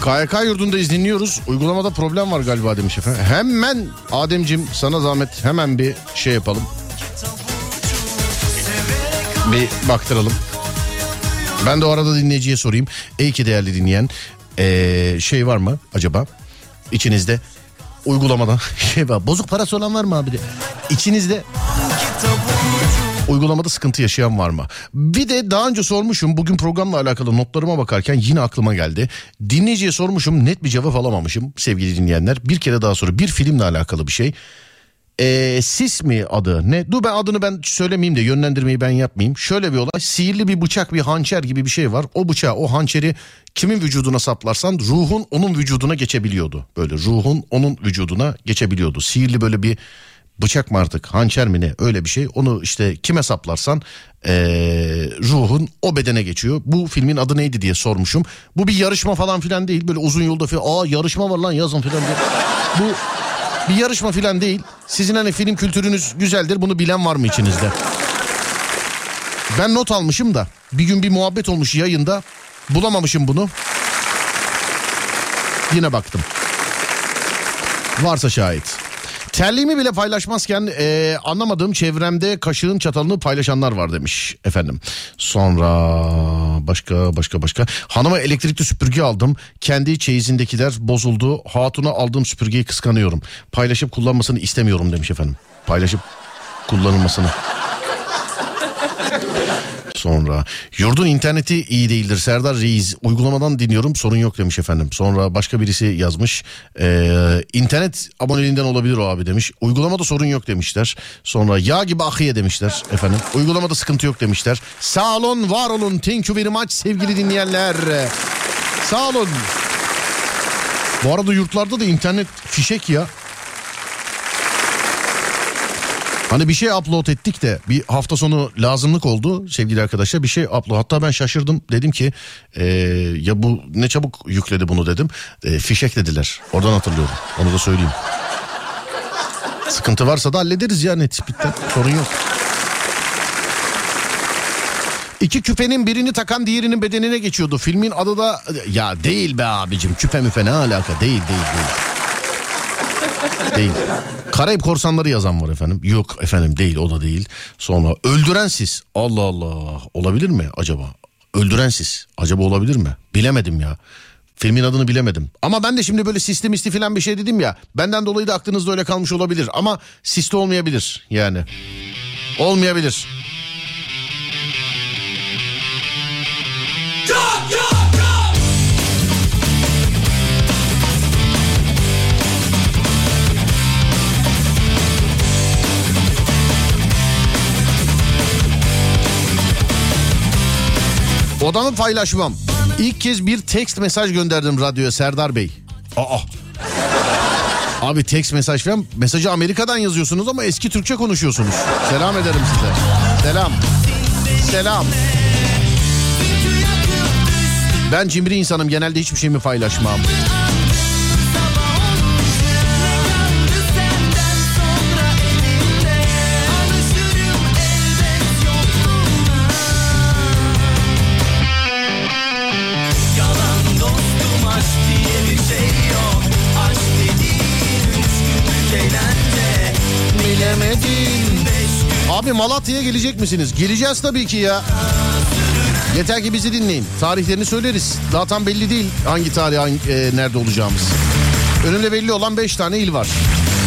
K Y K yurdundayız, dinliyoruz. Uygulamada problem var galiba demiş efendim. Hemen Ademciğim sana zahmet hemen bir şey yapalım. Bir baktıralım. Ben de o arada dinleyiciye sorayım. Ey ki değerli dinleyen, ee, şey var mı acaba İçinizde uygulamada şey var, bozuk parası olan var mı abi de? İçinizde uygulamada sıkıntı yaşayan var mı? Bir de daha önce sormuşum, bugün programla alakalı notlarıma bakarken yine aklıma geldi. Dinleyiciye sormuşum, net bir cevap alamamışım sevgili dinleyenler. Bir kere daha soru, bir filmle alakalı bir şey. Ee, Sis mi adı ne? Dur ben adını ben söylemeyeyim de yönlendirmeyi ben yapmayayım. Şöyle bir olay, sihirli bir bıçak, bir hançer gibi bir şey var. O bıçağı, o hançeri kimin vücuduna saplarsan ruhun onun vücuduna geçebiliyordu. Böyle ruhun onun vücuduna geçebiliyordu. Sihirli böyle bir bıçak mı artık, hançer mi ne, öyle bir şey. Onu işte kime saplarsan ee, ruhun o bedene geçiyor. Bu filmin adı neydi diye sormuşum. Bu bir yarışma falan filan değil. Böyle uzun yolda falan aa yarışma var lan yazın filan diye. Bu bir yarışma filan değil. Sizin hani film kültürünüz güzeldir. Bunu bilen var mı içinizde? Ben not almışım da bir gün bir muhabbet olmuş yayında. Bulamamışım bunu. Yine baktım. Varsa şahit. Terliğimi bile paylaşmazken e, anlamadığım çevremde kaşığın çatalını paylaşanlar var demiş efendim. Sonra başka başka başka. Hanıma elektrikli süpürge aldım. Kendi çeyizindekiler bozuldu. Hatuna aldığım süpürgeyi kıskanıyorum. Paylaşıp kullanmasını istemiyorum demiş efendim. Paylaşıp kullanılmasını. Sonra yurdun interneti iyi değildir Serdar Reis, uygulamadan dinliyorum sorun yok demiş efendim. Sonra başka birisi yazmış, ee, internet aboneliğinden olabilir o abi demiş. Uygulamada sorun yok demişler. Sonra yağ gibi akıya demişler efendim. Uygulamada sıkıntı yok demişler. Sağ olun, var olun, thank you very much sevgili dinleyenler. Sağ olun. Bu arada yurtlarda da internet fişek ya. Hani bir şey upload ettik de bir hafta sonu lazımlık oldu sevgili arkadaşlar, bir şey upload. Hatta ben şaşırdım, dedim ki ee, ya bu ne çabuk yükledi bunu dedim. E, fişek dediler, oradan hatırlıyorum, onu da söyleyeyim. Sıkıntı varsa da hallederiz ya, net bitten sorun yok. İki küpenin birini takan diğerinin bedenine geçiyordu. Filmin adı da ya değil be abicim, küpe müfe ne alaka, değil değil değil. Değil. Karayip Korsanları yazan var efendim. Yok efendim değil, o da değil. Sonra Öldüren Sis. Allah Allah, olabilir mi acaba? Öldüren Sis acaba olabilir mi? Bilemedim ya. Filmin adını bilemedim. Ama ben de şimdi böyle sisli misli falan bir şey dedim ya. Benden dolayı da aklınızda öyle kalmış olabilir. Ama sisli olmayabilir yani. Olmayabilir. Odamı paylaşmam. İlk kez bir text mesaj gönderdim radyoya Serdar Bey. Aa. Abi text mesaj falan, mesajı Amerika'dan yazıyorsunuz ama eski Türkçe konuşuyorsunuz. Selam ederim size. Selam. Selam. Ben cimri insanım, genelde hiçbir şeyimi paylaşmam. Abi Malatya'ya gelecek misiniz? Geleceğiz tabii ki ya. Yeter ki bizi dinleyin. Tarihlerini söyleriz. Daha tam belli değil hangi tarih, hangi, e, nerede olacağımız. Önünde belli olan beş tane il var.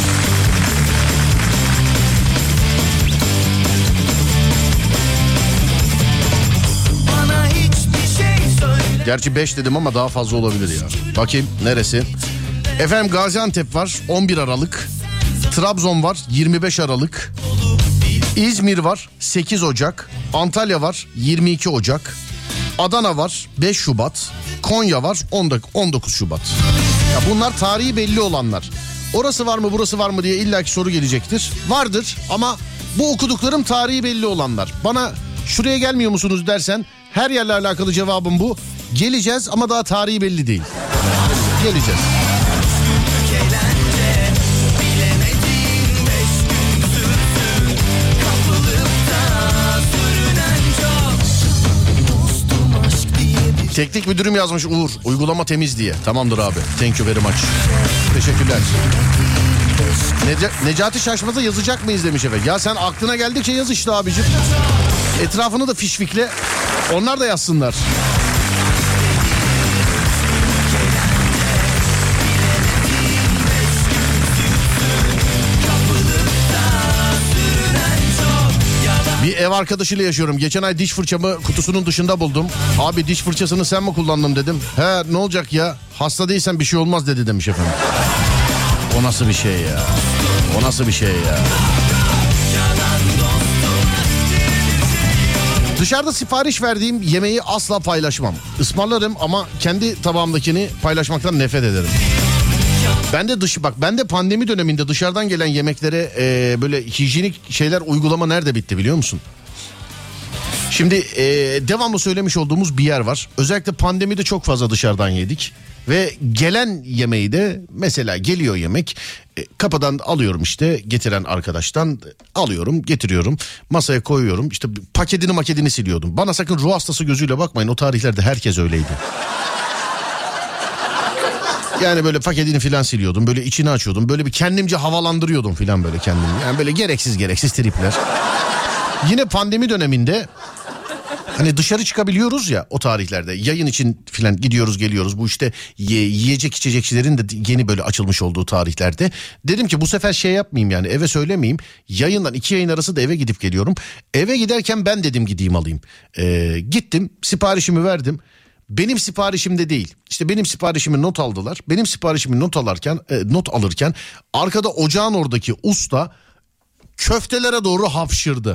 Gerçi beş dedim ama daha fazla olabilir ya. Bakayım neresi? Efendim Gaziantep var on bir Aralık. Trabzon var yirmi beş Aralık. İzmir var sekiz Ocak. Antalya var yirmi iki Ocak. Adana var beş Şubat. Konya var on dokuz Şubat. Ya bunlar tarihi belli olanlar. Orası var mı burası var mı diye illaki soru gelecektir. Vardır ama bu okuduklarım tarihi belli olanlar. Bana şuraya gelmiyor musunuz dersen her yerle alakalı cevabım bu. Geleceğiz ama daha tarihi belli değil. Geleceğiz. Teknik müdürüm yazmış Uğur. Uygulama temiz diye. Tamamdır abi. Thank you very much. Teşekkürler. Neca- Necati Şaşmaz'a yazacak mıyız demiş efendim. Ya sen aklına geldikçe yaz işte abicim. Etrafını da fişfikle. Onlar da yazsınlar. Bir ev arkadaşıyla yaşıyorum. Geçen ay diş fırçamı kutusunun dışında buldum. Abi diş fırçasını sen mi kullandın dedim. He ne olacak ya? Hasta değilsen bir şey olmaz dedi demiş efendim. O nasıl bir şey ya? O nasıl bir şey ya? Dışarıda sipariş verdiğim yemeği asla paylaşmam. Ismarlarım ama kendi tabağımdakini paylaşmaktan nefret ederim. Ben de dış bak ben de pandemi döneminde dışarıdan gelen yemeklere e, böyle hijyenik şeyler uygulama nerede bitti biliyor musun? Şimdi e, devamlı söylemiş olduğumuz bir yer var. Özellikle pandemide çok fazla dışarıdan yedik. Ve gelen yemeği de mesela geliyor yemek e, kapıdan alıyorum işte getiren arkadaştan alıyorum getiriyorum masaya koyuyorum işte paketini maketini siliyordum. Bana sakın ruh hastası gözüyle bakmayın, o tarihlerde herkes öyleydi. Yani böyle paketini filan siliyordum, böyle içini açıyordum, böyle bir kendimce havalandırıyordum filan böyle kendimi. Yani böyle gereksiz gereksiz tripler. Yine pandemi döneminde hani dışarı çıkabiliyoruz ya o tarihlerde, yayın için filan gidiyoruz geliyoruz. Bu işte ye, yiyecek içecekçilerin de yeni böyle açılmış olduğu tarihlerde. Dedim ki bu sefer şey yapmayayım, yani eve söylemeyeyim. Yayından iki yayın arası da eve gidip geliyorum. Eve giderken ben dedim gideyim alayım. Ee, gittim siparişimi verdim. Benim siparişimde değil. İşte benim siparişimi not aldılar. Benim siparişimi not alırken, e, not alırken arkada ocağın oradaki usta köftelere doğru hapşırdı.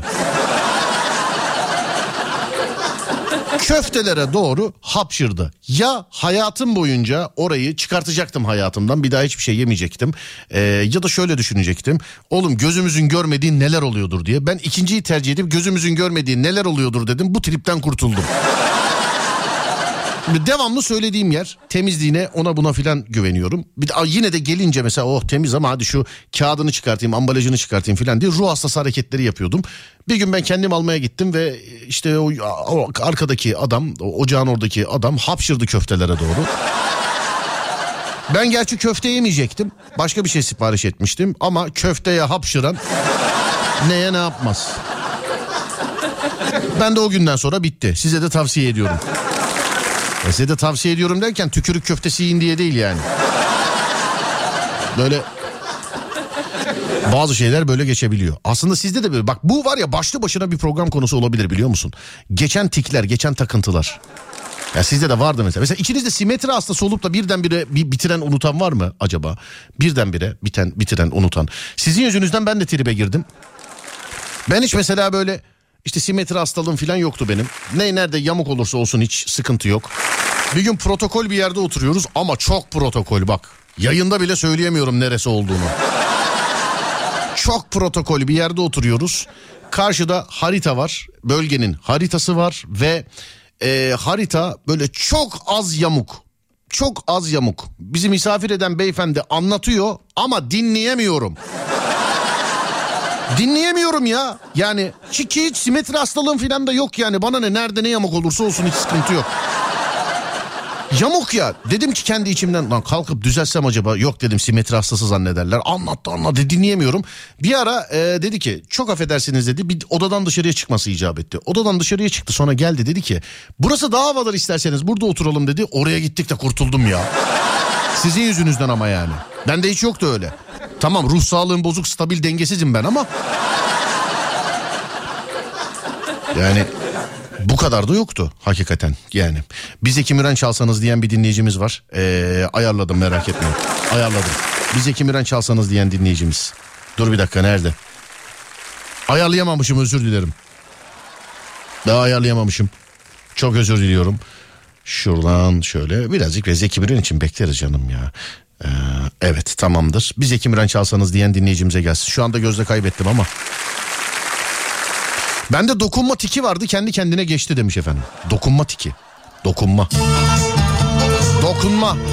Köftelere doğru hapşırdı. Ya hayatım boyunca orayı çıkartacaktım hayatımdan, bir daha hiçbir şey yemeyecektim. Ee, ya da şöyle düşünecektim. Oğlum gözümüzün görmediği neler oluyordur diye. Ben ikinciyi tercih edip gözümüzün görmediği neler oluyordur dedim. Bu tripten kurtuldum. Devamlı söylediğim yer, temizliğine ona buna filan güveniyorum. Bir de yine de gelince mesela oh temiz ama hadi şu kağıdını çıkartayım, ambalajını çıkartayım filan diye ruh hastası hareketleri yapıyordum. Bir gün ben kendim almaya gittim ve işte o, o arkadaki adam, o ocağın oradaki adam hapşırdı köftelere doğru. Ben gerçi köfte yemeyecektim. Başka bir şey sipariş etmiştim ama köfteye hapşıran neye ne yapmaz. Ben de o günden sonra bitti. Size de tavsiye ediyorum. E size de tavsiye ediyorum derken tükürük köftesi yiyin diye değil yani. Böyle bazı şeyler böyle geçebiliyor. Aslında sizde de böyle. Bak bu var ya, başlı başına bir program konusu olabilir biliyor musun? Geçen tikler, geçen takıntılar. Ya sizde de vardı mesela. Mesela içinizde simetri hastası olup da birdenbire bir bitiren unutan var mı acaba? Birdenbire biten, bitiren unutan. Sizin yüzünüzden ben de tribe girdim. Ben hiç mesela böyle işte simetri hastalığım falan yoktu benim. Ne nerede yamuk olursa olsun hiç sıkıntı yok. Bir gün protokol bir yerde oturuyoruz ama çok protokol bak. Yayında bile söyleyemiyorum neresi olduğunu. Çok protokol bir yerde oturuyoruz. Karşıda harita var. Bölgenin haritası var ve e, harita böyle çok az yamuk. Çok az yamuk. Bizi misafir eden beyefendi anlatıyor ama dinleyemiyorum. Dinleyemiyorum ya. Yani hiç, hiç simetri hastalığım falan da yok yani. Bana ne, nerede ne yamuk olursa olsun hiç sıkıntı yok. Yamuk ya. Dedim ki kendi içimden lan kalkıp düzelsem acaba? Yok dedim, simetri hastası zannederler. Anlattı anlattı dinleyemiyorum. Bir ara e, dedi ki çok affedersiniz dedi. Bir odadan dışarıya çıkması icap etti. Odadan dışarıya çıktı, sonra geldi dedi ki burası daha havalar isterseniz burada oturalım dedi. Oraya gittik de kurtuldum ya. Sizin yüzünüzden ama yani. Bende hiç yoktu öyle. Tamam ruh sağlığım bozuk, stabil, dengesizim ben ama yani bu kadar da yoktu hakikaten yani. Biz Zeki Müren çalsanız diyen bir dinleyicimiz var. Ee, ayarladım merak etmeyin. Ayarladım. Biz Zeki Müren çalsanız diyen dinleyicimiz. Dur bir dakika, nerede? Ayarlayamamışım, özür dilerim. Daha ayarlayamamışım. Çok özür diliyorum. Şuradan şöyle birazcık Zeki Müren için bekleriz canım ya. Ee, evet tamamdır. Biz Zeki Müren çalsanız diyen dinleyicimize gelsin. Şu anda gözde kaybettim ama. Bende dokunma tiki vardı, kendi kendine geçti demiş efendim. Dokunma tiki. Dokunma. Dokunma.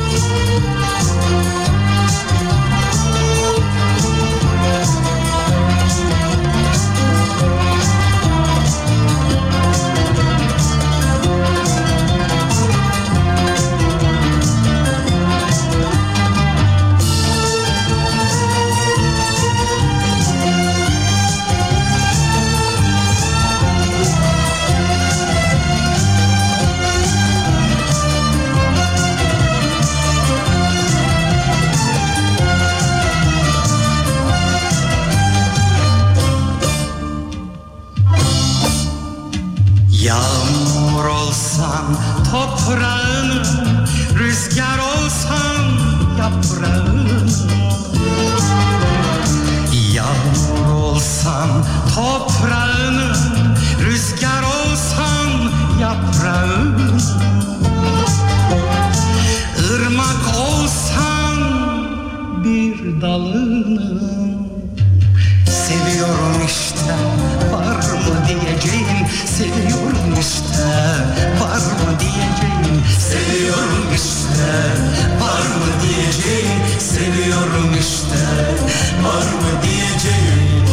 olsam toprağının, rüzgar olsam yaprağının, yağmur olsam toprağının, rüzgar olsam yaprağının, ırmak olsam bir dalının. Seviyorum işte, var mı diyeceğim, seviyorum işte, var mı diyeceğim, seviyorum işte, var mı diyeceğim, seviyorum işte, var mı diyeceğim.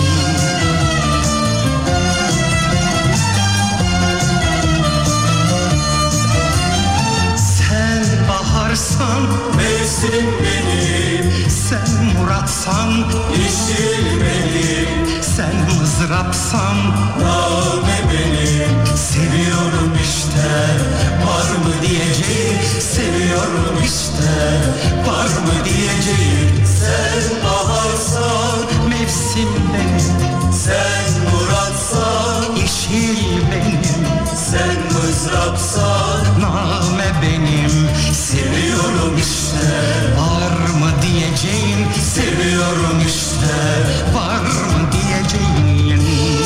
Sen baharsan mevsim benim, sen muratsan yeşil benim, sen mızrapsan name benim. Seviyorum işte, var mı diyeceğim, seviyorum işte, var mı diyeceğim. Sen baharsan mevsim benim, sen muratsan yeşil benim, sen mızrapsan name benim. Seviyorum işte, var mı diyeceğim, seviyorum işte, var mı diyeceğim.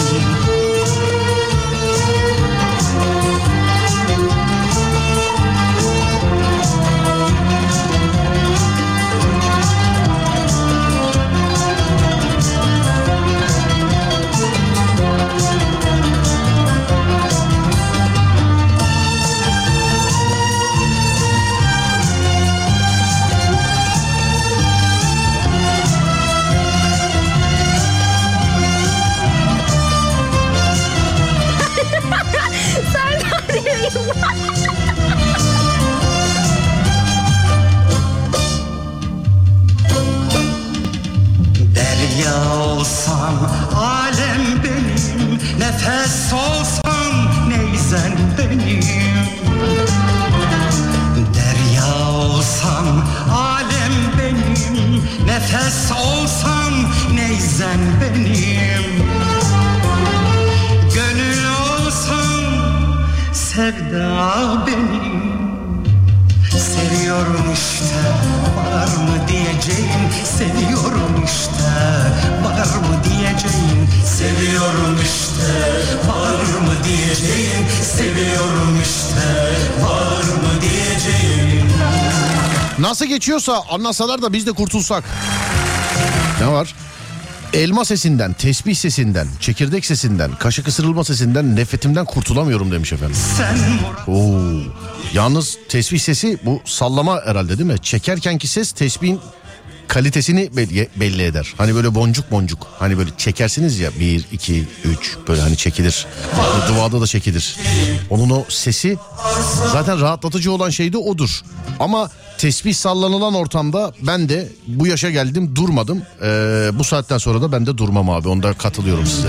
Derya olsam alem benim, nefes olsam neyzen benim. Derya olsam alem benim, nefes olsam neyzen benim. Gönül olsam sevda benim. Seviyorum işte, var mı diyeceğim, seviyorum işte, var mı diyeceğim, seviyorum işte, var mı diyeceğim, seviyorum işte, var mı diyeceğim. Nasıl geçiyorsa anlasalar da biz de kurtulsak. Ne var? Elma sesinden, tesbih sesinden, çekirdek sesinden, kaşık ısırılma sesinden, nefretimden kurtulamıyorum demiş efendim. Oo. Yalnız tesbih sesi bu sallama herhalde değil mi? Çekerkenki ses tesbihin kalitesini belli, belli eder. Hani böyle boncuk boncuk. Hani böyle çekersiniz ya bir, iki, üç böyle hani çekilir. Böyle duada da çekilir. Onun o sesi zaten rahatlatıcı olan şey de odur. Ama tesbih sallanılan ortamda ben de bu yaşa geldim durmadım. Ee, bu saatten sonra da ben de durmam abi. Onda katılıyorum size.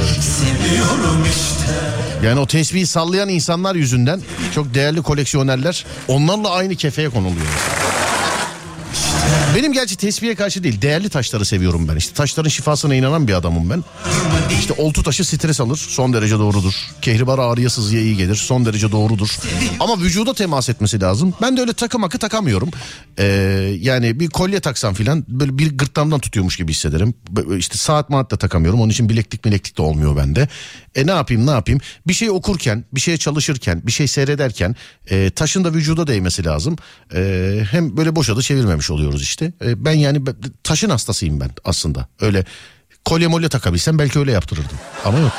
Yani o tesbihi sallayan insanlar yüzünden çok değerli koleksiyonerler onlarla aynı kefeye konuluyor. Benim gerçi tesbihe karşı değil, değerli taşları seviyorum ben. İşte taşların şifasına inanan bir adamım ben. İşte oltu taşı stres alır, son derece doğrudur. Kehribar ağrıya sızıya iyi gelir, son derece doğrudur. Ama vücuda temas etmesi lazım. Ben de öyle takım akı takamıyorum. Ee, yani bir kolye taksam filan böyle bir gırtlağımdan tutuyormuş gibi hissederim. İşte saat maat da takamıyorum, onun için bileklik bileklik de olmuyor bende. E ne yapayım ne yapayım? Bir şey okurken, bir şeye çalışırken, bir şey seyrederken e, taşın da vücuda değmesi lazım. E, hem böyle boşa da çevirmemiş oluyoruz işte. E, ben yani taşın hastasıyım ben aslında. Öyle kolye molye takabilsem belki öyle yaptırırdım. Ama yok.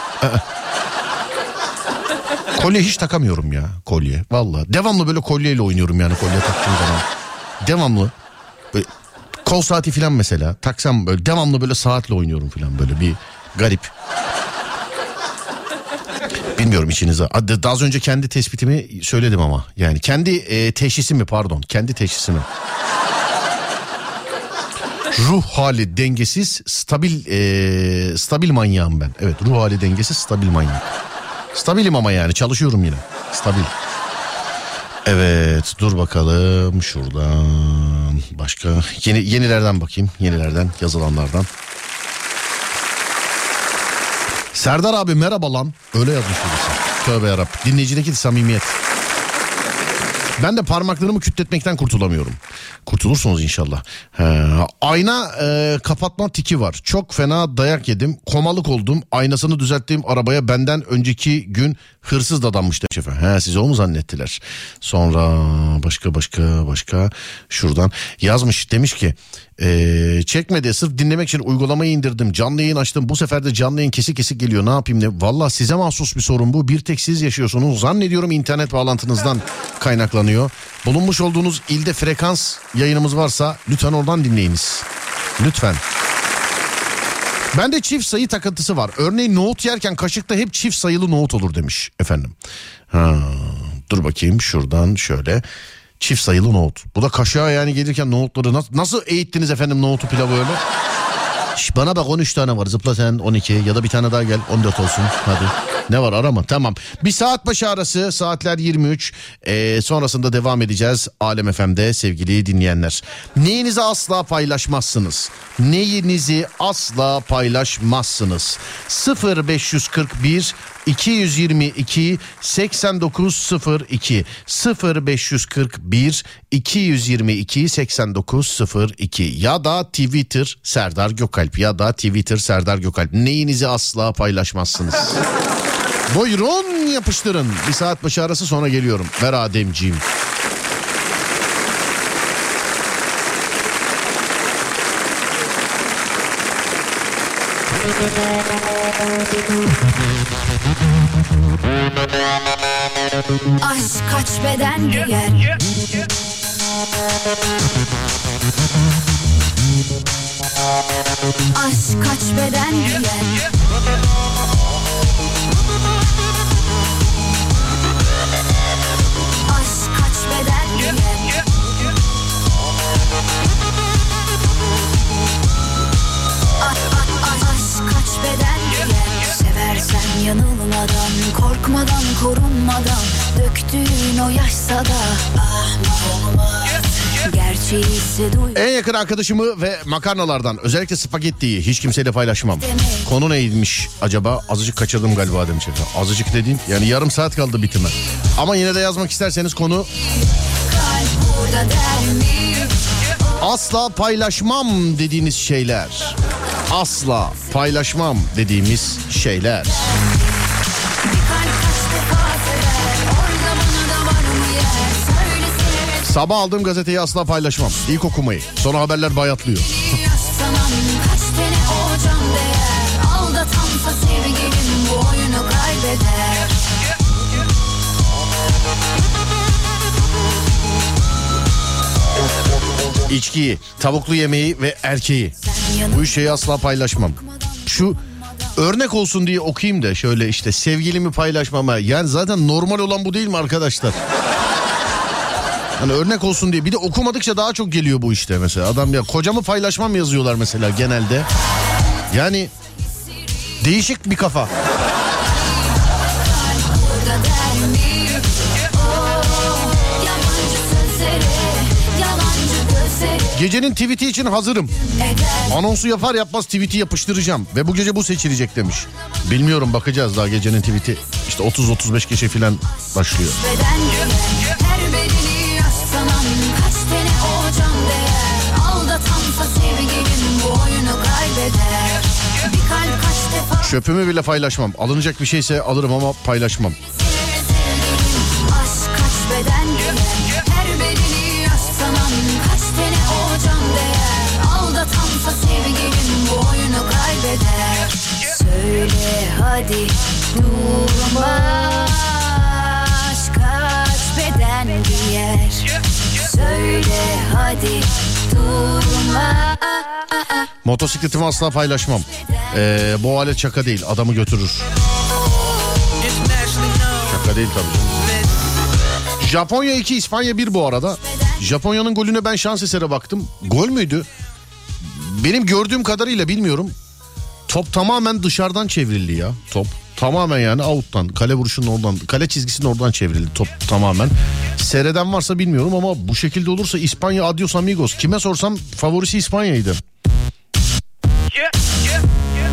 Kolye hiç takamıyorum ya, kolye. Vallahi devamlı böyle kolyeyle oynuyorum yani kolye taktığım zaman. Devamlı. Böyle kol saati falan mesela taksam böyle devamlı böyle saatle oynuyorum falan böyle bir garip. Bilmiyorum içinize. Daha az önce kendi tespitimi söyledim ama. Yani kendi e, teşhisimi pardon. Kendi teşhisimi. Ruh hali dengesiz, stabil e, stabil manyağım ben. Evet, ruh hali dengesiz, stabil manyak. Stabilim ama yani çalışıyorum yine. Stabil. Evet, dur bakalım şuradan başka yeni yenilerden bakayım. Yenilerden, yazılanlardan. Serdar abi merhaba lan. Öyle yazmış birisi. Tövbe yarabbim. Dinleyicideki samimiyet. Ben de parmaklarımı kütletmekten kurtulamıyorum. Kurtulursunuz inşallah. He, ayna e, kapatma tiki var. Çok fena dayak yedim. Komalık oldum. Aynasını düzelttiğim arabaya benden önceki gün hırsız dadanmış demiş efendim. He, siz o mu zannettiler? Sonra başka başka başka şuradan yazmış, demiş ki e, çekmedi, sırf dinlemek için uygulamayı indirdim. Canlı yayın açtım. Bu sefer de canlı yayın kesik kesik geliyor. Ne yapayım ne? Valla size mahsus bir sorun bu. Bir tek siz yaşıyorsunuz. Zannediyorum internet bağlantınızdan kaynaklanıyor. Bulunmuş olduğunuz ilde frekans yayınımız varsa lütfen oradan dinleyiniz. Lütfen. Bende çift sayı takıntısı var. Örneğin nohut yerken kaşıkta hep çift sayılı nohut olur demiş efendim. Ha, dur bakayım şuradan şöyle. Çift sayılı nohut. Bu da kaşığa yani gelirken nohutları nasıl, nasıl eğittiniz efendim nohutu pilavı öyle? Şş, bana bak on üç tane var, zıpla sen on iki ya da bir tane daha gel on dört olsun hadi. Ne var arama, tamam. Bir saat başı arası, saatler yirmi üç. Ee, sonrasında devam edeceğiz Alem F M'de sevgili dinleyenler. Neyinizi asla paylaşmazsınız? Neyinizi asla paylaşmazsınız? sıfır beş kırk bir iki yüz yirmi iki seksen dokuz sıfır iki sıfır beş kırk bir iki yüz yirmi iki seksen dokuz sıfır iki ya da Twitter Serdar Gökalp ya da Twitter Serdar Gökalp. Neyinizi asla paylaşmazsınız? Buyurun yapıştırın. Bir saat başı arası, sonra geliyorum. Ver Ademciğim. Aşk kaç beden giyer? Aşk kaç beden giyer? Aşk kaç beden giyer? Aşk kaç beden giyer? Seversen yanılmadan, korkmadan, korunmadan, döktüğün o yaşsa da ah olmaz. Gerçeği ise duy. En yakın arkadaşımı ve makarnalardan, özellikle spagettiyi hiç kimseyle paylaşmam. Konu neymiş acaba? Azıcık kaçırdım galiba demiş efendim. Azıcık dediğim yani yarım saat kaldı bitime. Ama yine de yazmak isterseniz konu asla paylaşmam dediğiniz şeyler. Asla paylaşmam dediğimiz şeyler. Sabah aldığım gazeteyi asla paylaşmam. İlk okumayı. Sonra haberler bayatlıyor. İçkiyi, tavuklu yemeği ve erkeği. Bu üç şeyi asla paylaşmam. Şu örnek olsun diye okuyayım da şöyle işte sevgilimi paylaşmama. Yani zaten normal olan bu değil mi arkadaşlar? Hani örnek olsun diye. Bir de okumadıkça daha çok geliyor bu işte mesela. Adam ya kocamı paylaşmam yazıyorlar mesela genelde. Yani değişik bir kafa. Gecenin tweet'i için hazırım. Anonsu yapar yapmaz tweet'i yapıştıracağım. Ve bu gece bu seçilecek demiş. Bilmiyorum, bakacağız daha gecenin tweet'i. İşte otuz otuz beş gece falan başlıyor. Çöpümü bile paylaşmam. Alınacak bir şeyse alırım ama paylaşmam. Söyle hadi durma, kaç beden giyer? Söyle hadi durma. Motosikletimi asla paylaşmam. Ee, bu alet şaka değil, adamı götürür. Şaka değil tabii canım. Japonya iki, İspanya bir bu arada. Japonya'nın golüne ben şans eseri baktım. Gol müydü? Benim gördüğüm kadarıyla bilmiyorum. Top tamamen dışarıdan çevrildi ya. Top tamamen yani out'tan, kale vuruşunun oradan, kale çizgisinin oradan çevrildi top tamamen. Seyreden varsa bilmiyorum ama bu şekilde olursa İspanya adios amigos. Kime sorsam favorisi İspanya'ydı. Yeah, yeah, yeah.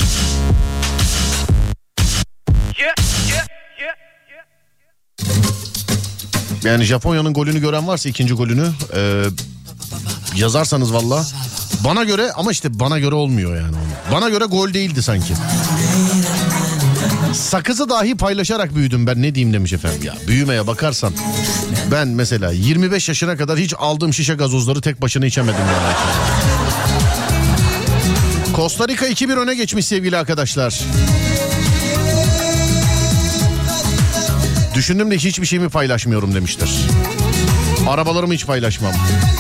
Yeah, yeah, yeah, Yani Japonya'nın golünü gören varsa ikinci golünü e, yazarsanız valla. Bana göre ama işte bana göre olmuyor yani. Bana göre gol değildi sanki. Sakızı dahi paylaşarak büyüdüm ben, ne diyeyim demiş efendim. Ya büyümeye bakarsan ben mesela yirmi beş yaşına kadar hiç aldığım şişe gazozları tek başına içemedim yani. Costa Rica iki bir öne geçmiş sevgili arkadaşlar. Düşündüm de hiçbir şeyimi paylaşmıyorum demişler. Arabalarımı hiç paylaşmam.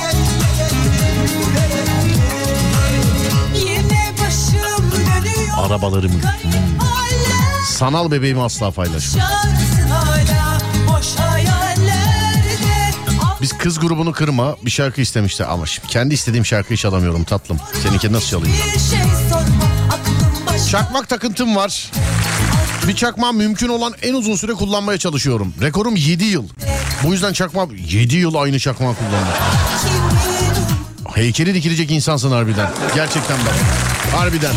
Arabalarımı. Hmm. Sanal bebeğimi asla paylaşmam. Biz kız grubunu kırma bir şarkı istemişti ama şimdi kendi istediğim şarkıyı çalamıyorum tatlım. Seninki nasıl çalayım? Çakmak takıntım var. Bir çakmağı mümkün olan en uzun süre kullanmaya çalışıyorum. Rekorum yedi yıl. Bu yüzden çakmak yedi yıl aynı çakmağı kullandım. Heykeli dikilecek insansın harbiden. Gerçekten bak. Harbiden.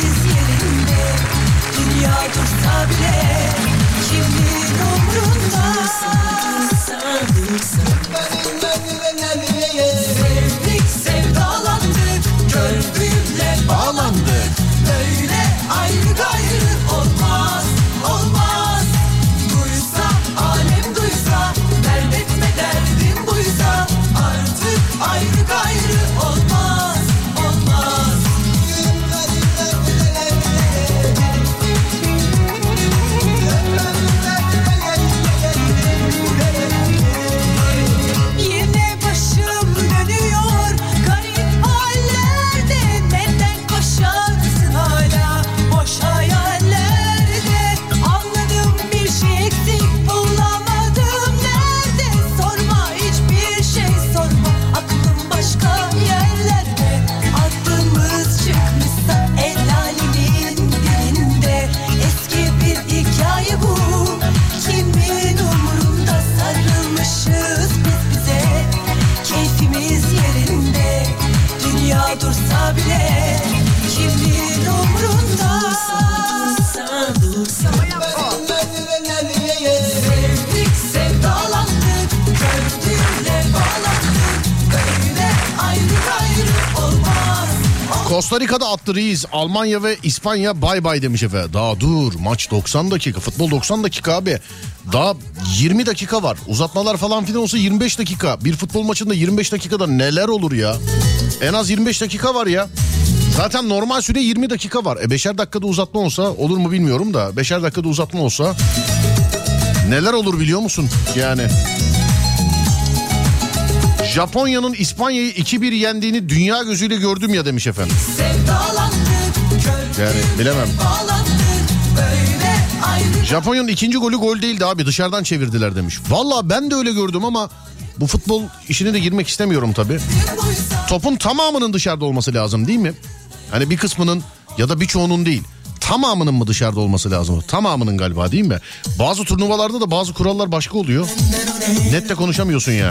Sevdik, sevdalandık, gördüğümle bağlandık. Böyle ayrı gayrı olmaz, olmaz. Duysa, alem duysa, dert etme derdim buysa. Artık ayrı gayrı olmaz, olmaz. Yine başım dönüyor garip hallerde. Neden koşarsın hala boş hayallerde? Anladım bir şey eksik bulamadım nerede? Sorma hiçbir şey sorma, aklım başka yerlerde. Adımız çıkmışsa el alemin dilinde. Eski bir hikaye bu, kimin umurunda? Sarılmışız biz bize, keyfimiz yerinde. Dünya dursa bile kimin umurunda? Sevdik, sevdalandık, gördüğümle bağlandık. Böyle ayrı gayrı olmaz. Costa Rica'da attı reis. Almanya ve İspanya bay bay demiş efendim. Daha dur, maç doksan dakika. Futbol doksan dakika abi. Daha yirmi dakika var. Uzatmalar falan filan olsa yirmi beş dakika. Bir futbol maçında yirmi beş dakikada neler olur ya? En az yirmi beş dakika var ya. Zaten normal süre yirmi dakika var. E beşer dakikada uzatma olsa olur mu bilmiyorum da. Beşer dakikada uzatma olsa neler olur biliyor musun? Yani Japonya'nın İspanya'yı iki bir yendiğini dünya gözüyle gördüm ya demiş efendim. Yani bilemem. Japonya'nın ikinci golü gol değildi abi, dışarıdan çevirdiler demiş. Vallahi ben de öyle gördüm ama bu futbol işine de girmek istemiyorum tabii. Topun tamamının dışarıda olması lazım değil mi? Hani bir kısmının ya da birçoğunun değil. Tamamının mı dışarıda olması lazım? Tamamının galiba değil mi? Bazı turnuvalarda da bazı kurallar başka oluyor. Net de konuşamıyorsun yani.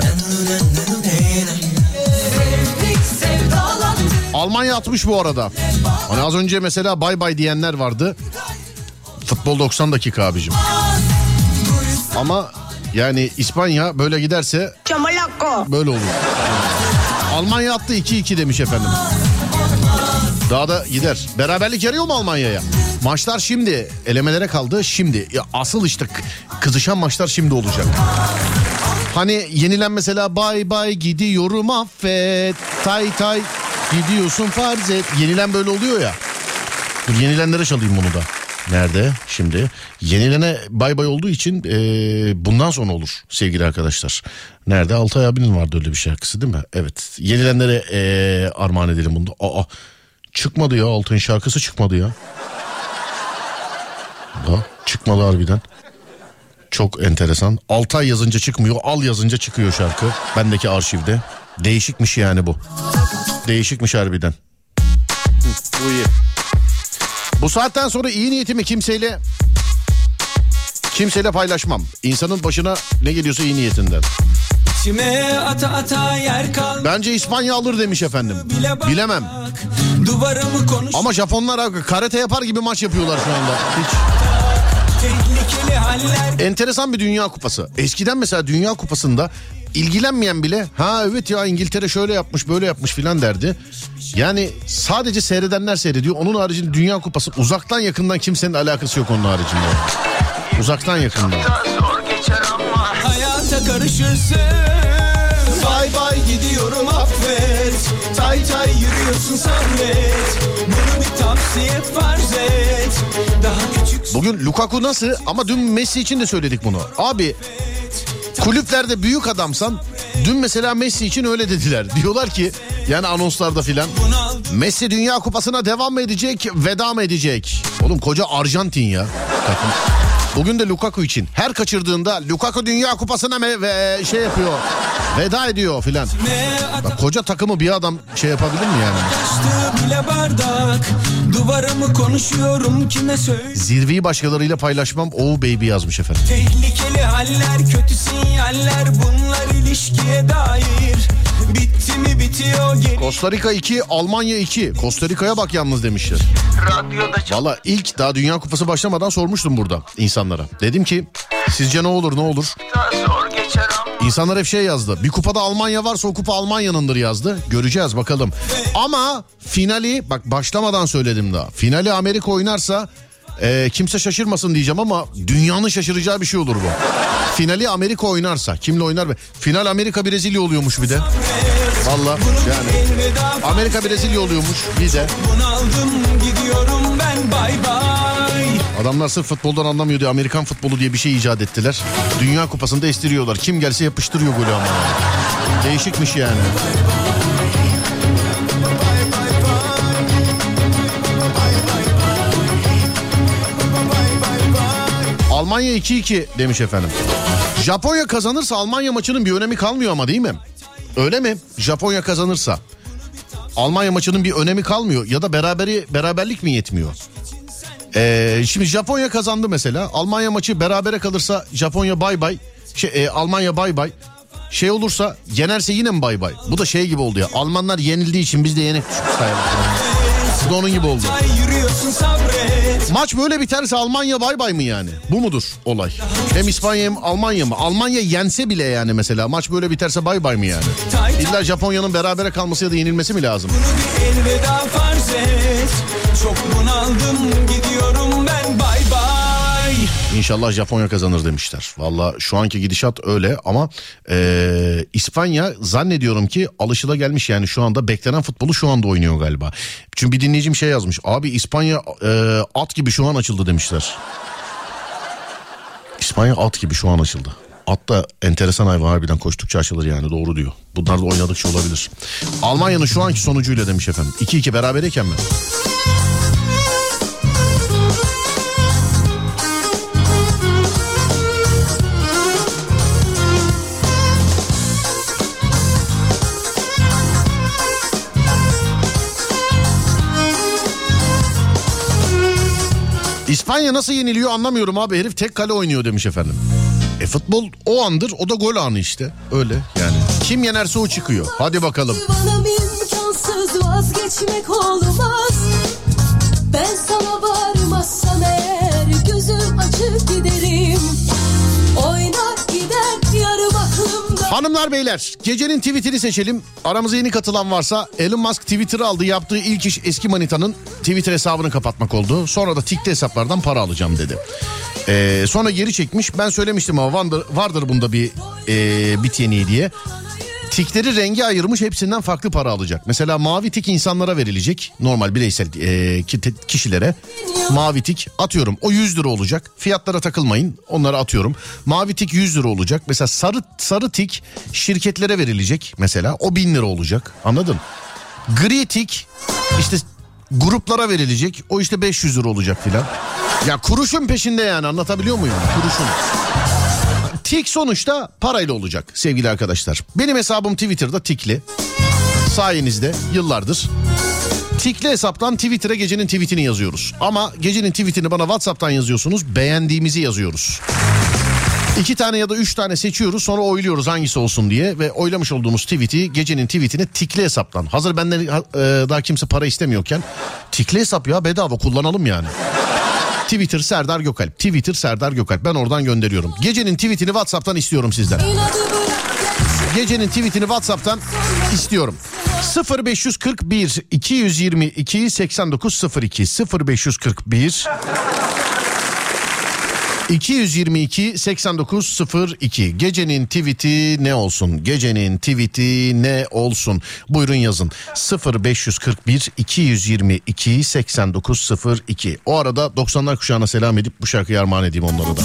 Almanya atmış bu arada. Hani az önce mesela bay bay diyenler vardı. Futbol doksan dakika abicim. Ama yani İspanya böyle giderse böyle olur. Almanya attı iki iki demiş efendim. Daha da gider. Beraberlik yarıyor mu Almanya'ya? Maçlar şimdi elemelere kaldı şimdi. Ya asıl işte kızışan maçlar şimdi olacak. Hani yenilen mesela bay bay gidiyorum affet. Tay tay gidiyorsun farz et. Yenilen böyle oluyor ya. Dur yenilenlere çalayım bunu da. Nerede? Şimdi yenilene bay bay olduğu için e, bundan sonra olur sevgili arkadaşlar. Nerede? Altay abinin vardı öyle bir şarkısı değil mi? Evet. Yenilenlere e, armağan edelim bunu da. Aa, çıkmadı ya, Altay'ın şarkısı çıkmadı ya. Da, çıkmadı harbiden. Çok enteresan. Altay yazınca çıkmıyor, al yazınca çıkıyor şarkı. Bendeki arşivde. Değişikmiş yani bu. Değişikmiş harbiden. Hı, bu iyi. Bu saatten sonra iyi niyetimi kimseyle kimseyle paylaşmam. İnsanın başına ne geliyorsa iyi niyetinden. İçime ata ata yer kal. Bence İspanya alır demiş efendim. Bilemem. Duvarımı konuş. Ama Japonlar karate yapar gibi maç yapıyorlar şu anda. Hiç. Tehlikeli haller. Enteresan bir Dünya Kupası. Eskiden mesela Dünya Kupası'nda ilgilenmeyen bile ha evet ya İngiltere şöyle yapmış böyle yapmış filan derdi. Yani sadece seyredenler seyrediyor. Onun haricinde Dünya Kupası uzaktan yakından kimsenin alakası yok onun haricinde. Uzaktan yakından. Hayata karışırsın. Bay bay gidiyorum affet. Tay tay yürüyorsun sabret. Bunu bir tavsiye farz et. Daha küçük. Bugün Lukaku nasıl ama dün Messi için de söyledik bunu. Abi kulüplerde büyük adamsan dün mesela Messi için öyle dediler. Diyorlar ki yani anonslarda filan Messi Dünya Kupası'na devam mı edecek veda mı edecek? Oğlum koca Arjantin ya takım. Bugün de Lukaku için her kaçırdığında Lukaku Dünya Kupası'na me- ve şey yapıyor veda ediyor filan. Bak, koca takımı bir adam şey yapabilir mi yani? Bile bardak, duvarımı konuşuyorum kime söyle. Zirveyi başkalarıyla paylaşmam oh baby yazmış efendim. Tehlikeli haller, kötü sinyaller, bunlar ilişkiye dair. Bitti mi bitiyor geri. Costa Rica iki, Almanya iki. Costa Rica'ya bak yalnız demişler. Valla ilk daha Dünya Kupası başlamadan sormuştum burada insanlara. Dedim ki sizce ne olur ne olur? İnsanlar hep şey yazdı. Bir kupada Almanya varsa o kupa Almanya'nındır yazdı. Göreceğiz bakalım. Ama finali bak başlamadan söyledim daha. Finali Amerika oynarsa e, kimse şaşırmasın diyeceğim ama dünyanın şaşıracağı bir şey olur bu. Finali Amerika oynarsa kimle oynar? Final Amerika Brezilya oluyormuş bir de. Valla yani Amerika Brezilya oluyormuş bir de. Bunaldım gidiyorum ben bay bay. Adamlar sırf futboldan anlamıyor diye Amerikan futbolu diye bir şey icat ettiler. Dünya Kupası'nda estiriyorlar. Kim gelse yapıştırıyor golü ama. Değişikmiş yani. Almanya iki iki demiş efendim. Japonya kazanırsa Almanya maçının bir önemi kalmıyor ama değil mi? Öyle mi? Japonya kazanırsa Almanya maçının bir önemi kalmıyor ya da beraberi beraberlik mi yetmiyor? Ee, şimdi Japonya kazandı mesela. Almanya maçı berabere kalırsa Japonya bay bay. Şey, e, Almanya bay bay. Şey olursa yenerse yine mi bay bay? Bu da şey gibi oldu ya. Almanlar yenildiği için biz de yenik sayalım. Bu da onun gibi oldu. Maç böyle biterse Almanya bay bay mı yani? Bu mudur olay? Hem İspanya hem Almanya mı? Almanya yense bile yani mesela maç böyle biterse bay bay mı yani? İlla Japonya'nın berabere kalması ya da yenilmesi mi lazım? Elveda farz et. Çok bunaldım gidiyorum ben bay bay. İnşallah Japonya kazanır demişler. Valla şu anki gidişat öyle ama ee, İspanya zannediyorum ki alışılagelmiş yani şu anda beklenen futbolu şu anda oynuyor galiba. Çünkü bir dinleyicim şey yazmış. Abi İspanya ee, at gibi şu an açıldı demişler. İspanya at gibi şu an açıldı. At da enteresan hayvan harbiden koştukça açılır yani doğru diyor. Bunlar da oynadıkça olabilir. Almanya'nın şu anki sonucuyla demiş efendim. iki iki berabereyken mi? İspanya nasıl yeniliyor anlamıyorum abi. Herif tek kale oynuyor demiş efendim. E futbol o andır, o da gol anı işte. Öyle yani. Kim yenerse o çıkıyor. Hadi bakalım. Bana imkansız vazgeçmek olmaz. Ben sana varmazsam eğer gözüm açık giderim. Oynar gider yarım aklımda. Hanımlar beyler gecenin tweetini seçelim. Aramıza yeni katılan varsa Elon Musk Twitter'ı aldı. Yaptığı ilk iş eski manitanın Twitter hesabını kapatmak oldu. Sonra da tikli hesaplardan para alacağım dedi. Ee, sonra geri çekmiş. Ben söylemiştim ama vardır, vardır bunda bir e, bit yeniği diye. Tikleri renge ayırmış, hepsinden farklı para alacak. Mesela mavi tik insanlara verilecek. Normal bireysel e, kişilere. Mavi tik atıyorum. O yüz lira olacak. Fiyatlara takılmayın. Onları atıyorum. Mavi tik yüz lira olacak. Mesela sarı sarı tik şirketlere verilecek. Mesela o bin lira olacak. Anladın? Gri tik işte gruplara verilecek. O işte beş yüz lira olacak filan. Ya kuruşun peşinde yani, anlatabiliyor muyum? Kuruşun. Tik sonuçta parayla olacak sevgili arkadaşlar. Benim hesabım Twitter'da tikli. Sayenizde yıllardır. Tikli hesaptan Twitter'a gecenin tweetini yazıyoruz. Ama gecenin tweetini bana WhatsApp'tan yazıyorsunuz. Beğendiğimizi yazıyoruz. İki tane ya da üç tane seçiyoruz, sonra oyluyoruz hangisi olsun diye. Ve oylamış olduğumuz tweet'i, gecenin tweetini tikli hesaptan. Hazır benden e, daha kimse para istemiyorken tikli hesap ya, bedava kullanalım yani. Twitter Serdar Gökalp. Twitter Serdar Gökalp. Ben oradan gönderiyorum. Gecenin tweetini WhatsApp'tan istiyorum sizden. Gecenin tweetini WhatsApp'tan istiyorum. sıfır beş kırk bir iki yüz yirmi iki seksen dokuz sıfır iki sıfır beş kırk bir iki yüz yirmi iki seksen dokuz sıfır iki. Gecenin tweet'i ne olsun? Gecenin tweet'i ne olsun? Buyurun yazın. sıfır beş kırk bir iki yüz yirmi iki seksen dokuz sıfır iki. O arada doksanlar kuşağına selam edip bu şarkıyı armağan edeyim onlara da.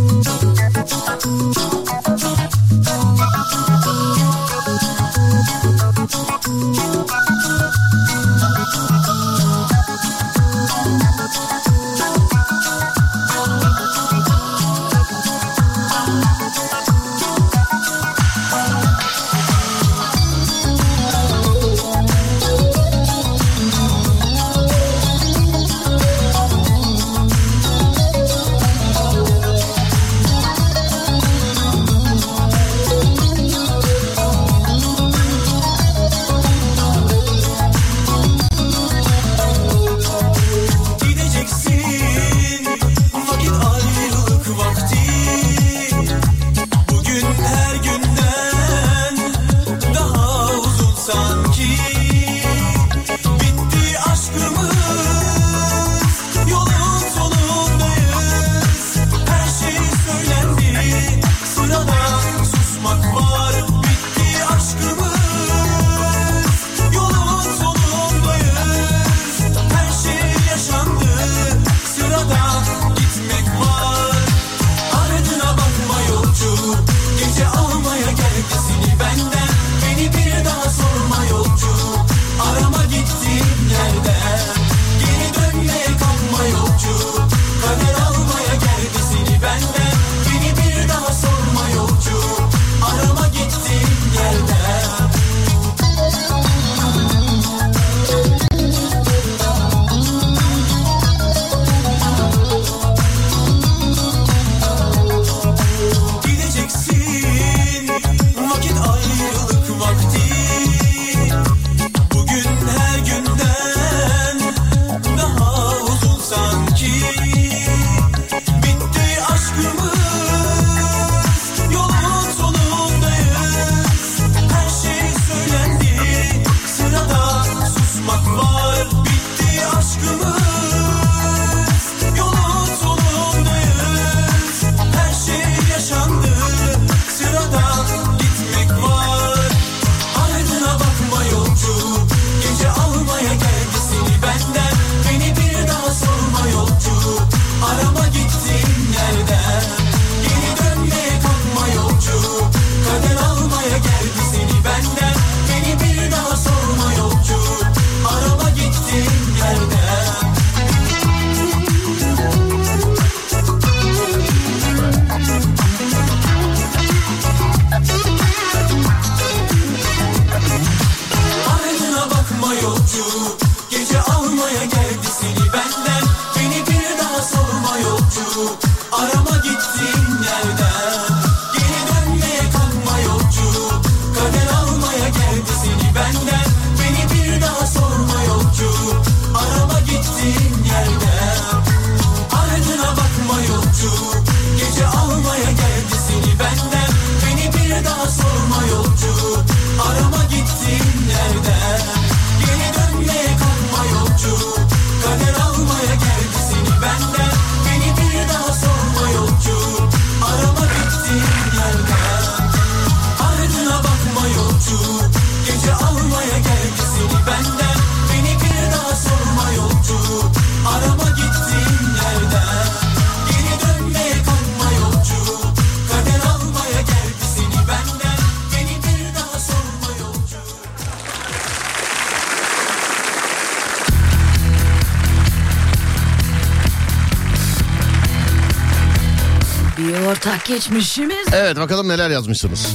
Ortak geçmişimiz. Evet, bakalım neler yazmışsınız.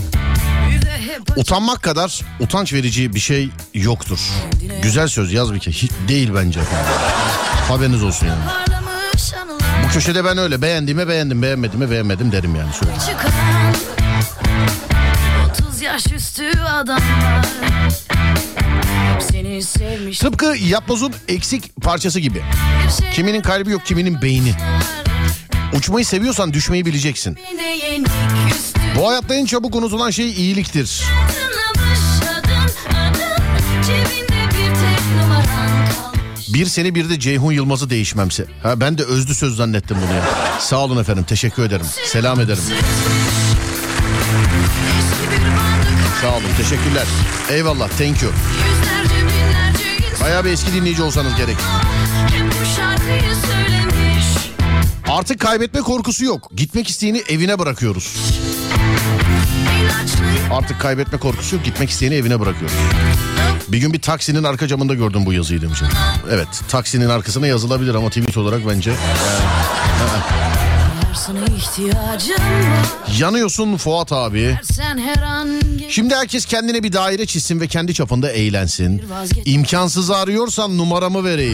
Utanmak kadar utanç verici bir şey yoktur. Güzel söz, yaz bir kere. Hiç değil bence efendim. Haberiniz olsun yani. Bu köşede ben öyle beğendiğime beğendim, beğenmediğime beğenmedim derim yani. Şöyle. otuz yaş üstü adamlar seni sevmiş. Tıpkı yapbozun eksik parçası gibi. Kiminin kalbi yok, kiminin beyni. Uçmayı seviyorsan düşmeyi bileceksin. Bu hayatta en çabuk unutulan şey iyiliktir. Bir seni bir de Ceyhun Yılmaz'ı değişmemse. Ha, ben de özlü söz zannettim bunu ya. Sağ olun efendim, teşekkür ederim. Selam ederim. Sağ olun, teşekkürler. Eyvallah, thank you. Bayağı bir eski dinleyici olsanız gerek. Artık kaybetme korkusu yok. Gitmek isteyeni evine bırakıyoruz. Artık kaybetme korkusu yok. Gitmek isteyeni evine bırakıyoruz. Bir gün bir taksinin arka camında gördüm bu yazıyı demişim. Evet, taksinin arkasına yazılabilir ama tweet olarak bence. Yanıyorsun Fuat abi. Şimdi herkes kendine bir daire çizsin ve kendi çapında eğlensin. İmkansızı arıyorsan numaramı vereyim.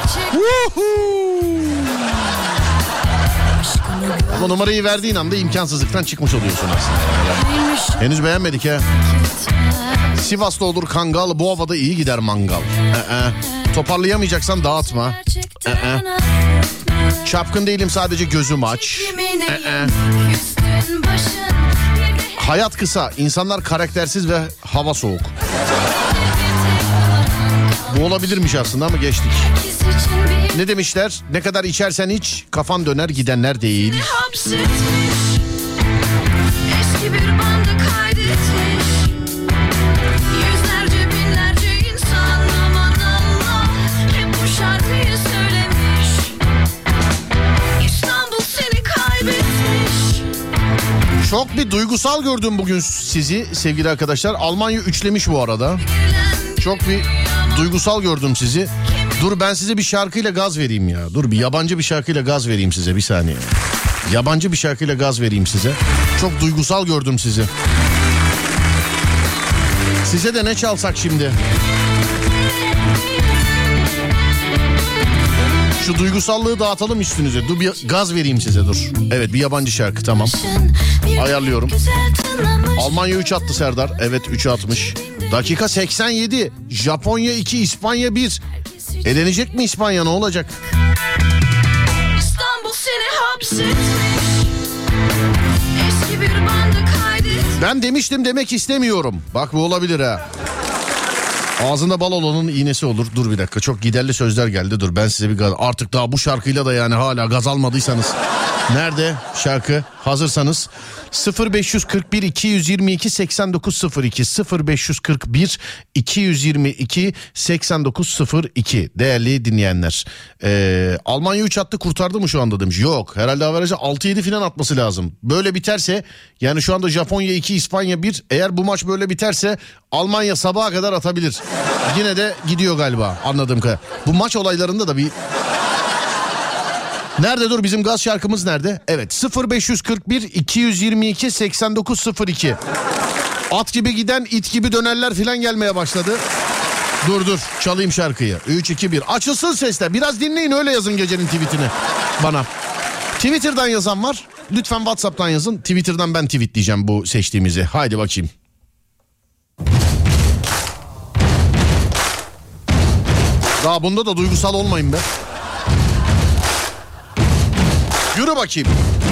Ama numarayı verdiğin anda imkansızlıktan çıkmış oluyorsun aslında. Henüz beğenmedik ha. Sivas'ta olur kangal, bu havada iyi gider mangal. Ee, toparlayamayacaksan dağıtma. Ee, çapkın değilim, sadece gözüm aç. Ee, hayat kısa, insanlar karaktersiz ve hava soğuk. Bu olabilirmiş aslında ama geçtik. Ne demişler? Ne kadar içersen iç, kafan döner gidenler değil. Eski bir bandı kaydetmiş. Yüzlerce binlerce insan aman Allah hep bu şarkıyı söylemiş. İstanbul seni kaybetmiş. Çok bir duygusal gördüm bugün sizi sevgili arkadaşlar. Almanya üçlemiş bu arada. Çok bir duygusal gördüm sizi. Dur ben size bir şarkıyla gaz vereyim ya. Dur bir yabancı bir şarkıyla gaz vereyim size, bir saniye. Yabancı bir şarkıyla gaz vereyim size. Çok duygusal gördüm sizi. Size de ne çalsak şimdi? Şu duygusallığı dağıtalım üstünüze. Dur bir gaz vereyim size, dur. Evet, bir yabancı şarkı, tamam. Ayarlıyorum. Almanya üç attı Serdar. Evet, üçe atmış. Dakika seksen yedi. Japonya iki, İspanya bir. Elenecek mi İspanya, ne olacak? İstanbul seni hapsetmiş. Eski bir bandı kaydetmiş. Ben demiştim demek istemiyorum. Bak bu olabilir ha. Ağzında bal olanın iğnesi olur. Dur bir dakika, çok giderli sözler geldi. Dur ben size bir gaz... Artık daha bu şarkıyla da yani hala gaz almadıysanız. Nerede şarkı? Hazırsanız sıfır beş kırk bir iki yüz yirmi iki seksen dokuz sıfır iki sıfır beş kırk bir iki yüz yirmi iki seksen dokuz sıfır iki değerli dinleyenler. Ee, Almanya üç attı, kurtardı mı şu anda demiş. Yok, herhalde averajı altı yedi falan atması lazım. Böyle biterse yani şu anda Japonya iki, İspanya bir, eğer bu maç böyle biterse Almanya sabaha kadar atabilir. Yine de gidiyor galiba anladığım kadarıyla. Bu maç olaylarında da bir... Nerede dur bizim gaz şarkımız nerede? Evet, sıfır beş kırk bir iki yüz yirmi iki seksen dokuz sıfır iki. At gibi giden it gibi dönerler filan gelmeye başladı. Dur dur çalayım şarkıyı. üç iki bir açılsın sesler. Biraz dinleyin, öyle yazın gecenin tweetini bana. Twitter'dan yazan var. Lütfen WhatsApp'tan yazın. Twitter'dan ben tweetleyeceğim bu seçtiğimizi. Haydi bakayım. Daha bunda da duygusal olmayın be. Yürü bakayım.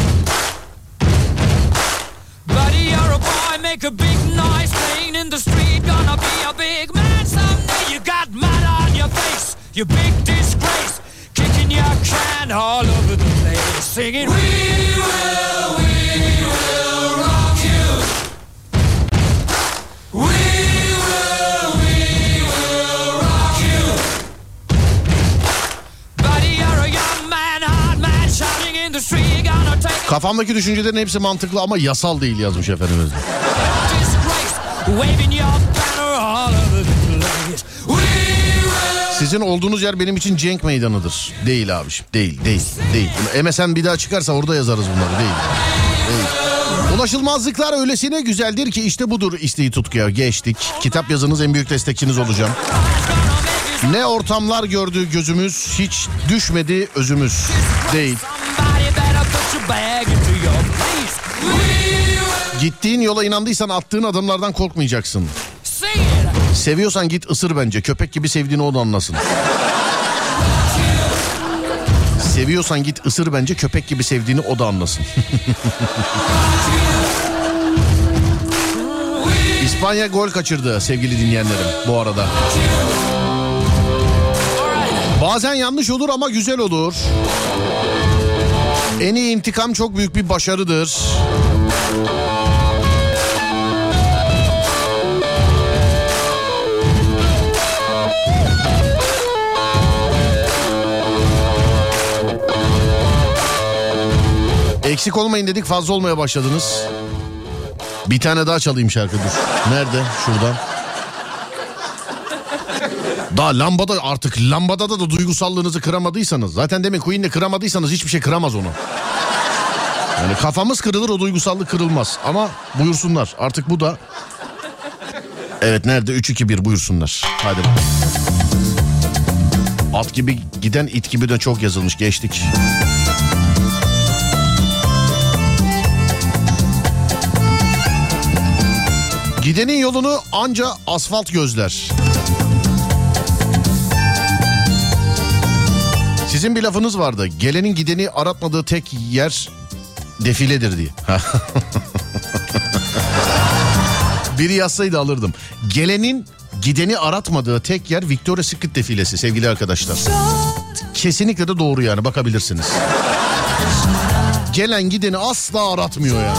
Buddy, you're a boy, make a big noise, playing in the street, gonna be a big man someday. You got mud on your face, you big disgrace, kicking your can all over the place, singing we will, we will rock you. We will, we will rock you. Buddy, you're a young man, hard man, shouting in the street, gonna take... Kafamdaki düşüncelerin hepsi mantıklı ama yasal değil yazmış efendimiz. Sizin olduğunuz yer benim için cenk meydanıdır. Değil abiciğim, değil, değil, değil. M S N bir daha çıkarsa orada yazarız bunları, değil. Değil. Ulaşılmazlıklar öylesine güzeldir ki işte budur isteği tutkuya. Geçtik. Kitap yazınız en büyük destekçiniz olacağım. Ne ortamlar gördü gözümüz, hiç düşmedi özümüz. Değil. Gittiğin yola inandıysan attığın adımlardan korkmayacaksın. Seviyorsan git ısır bence. Köpek gibi sevdiğini o da anlasın. Seviyorsan git ısır bence. Köpek gibi sevdiğini o da anlasın. İspanya gol kaçırdı sevgili dinleyenlerim bu arada. Bazen yanlış olur ama güzel olur. En iyi intikam çok büyük bir başarıdır. Eksik olmayın dedik, fazla olmaya başladınız. Bir tane daha çalayım şarkı, dur. Nerede? Şuradan. Daha lambada artık lambada da duygusallığınızı kıramadıysanız, zaten demin Queen'le kıramadıysanız hiçbir şey kıramaz onu. Yani kafamız kırılır, o duygusallık kırılmaz. Ama buyursunlar artık, bu da. Evet, nerede? üç iki bir buyursunlar. Hadi bakalım. At gibi giden it gibi de çok yazılmış, geçtik. Gidenin yolunu anca asfalt gözler. Sizin bir lafınız vardı. Gelenin gideni aratmadığı tek yer defiledir diye. Biri yazsaydı alırdım. Gelenin gideni aratmadığı tek yer Victoria's Secret defilesi sevgili arkadaşlar. Kesinlikle de doğru yani, bakabilirsiniz. Gelen gideni asla aratmıyor yani.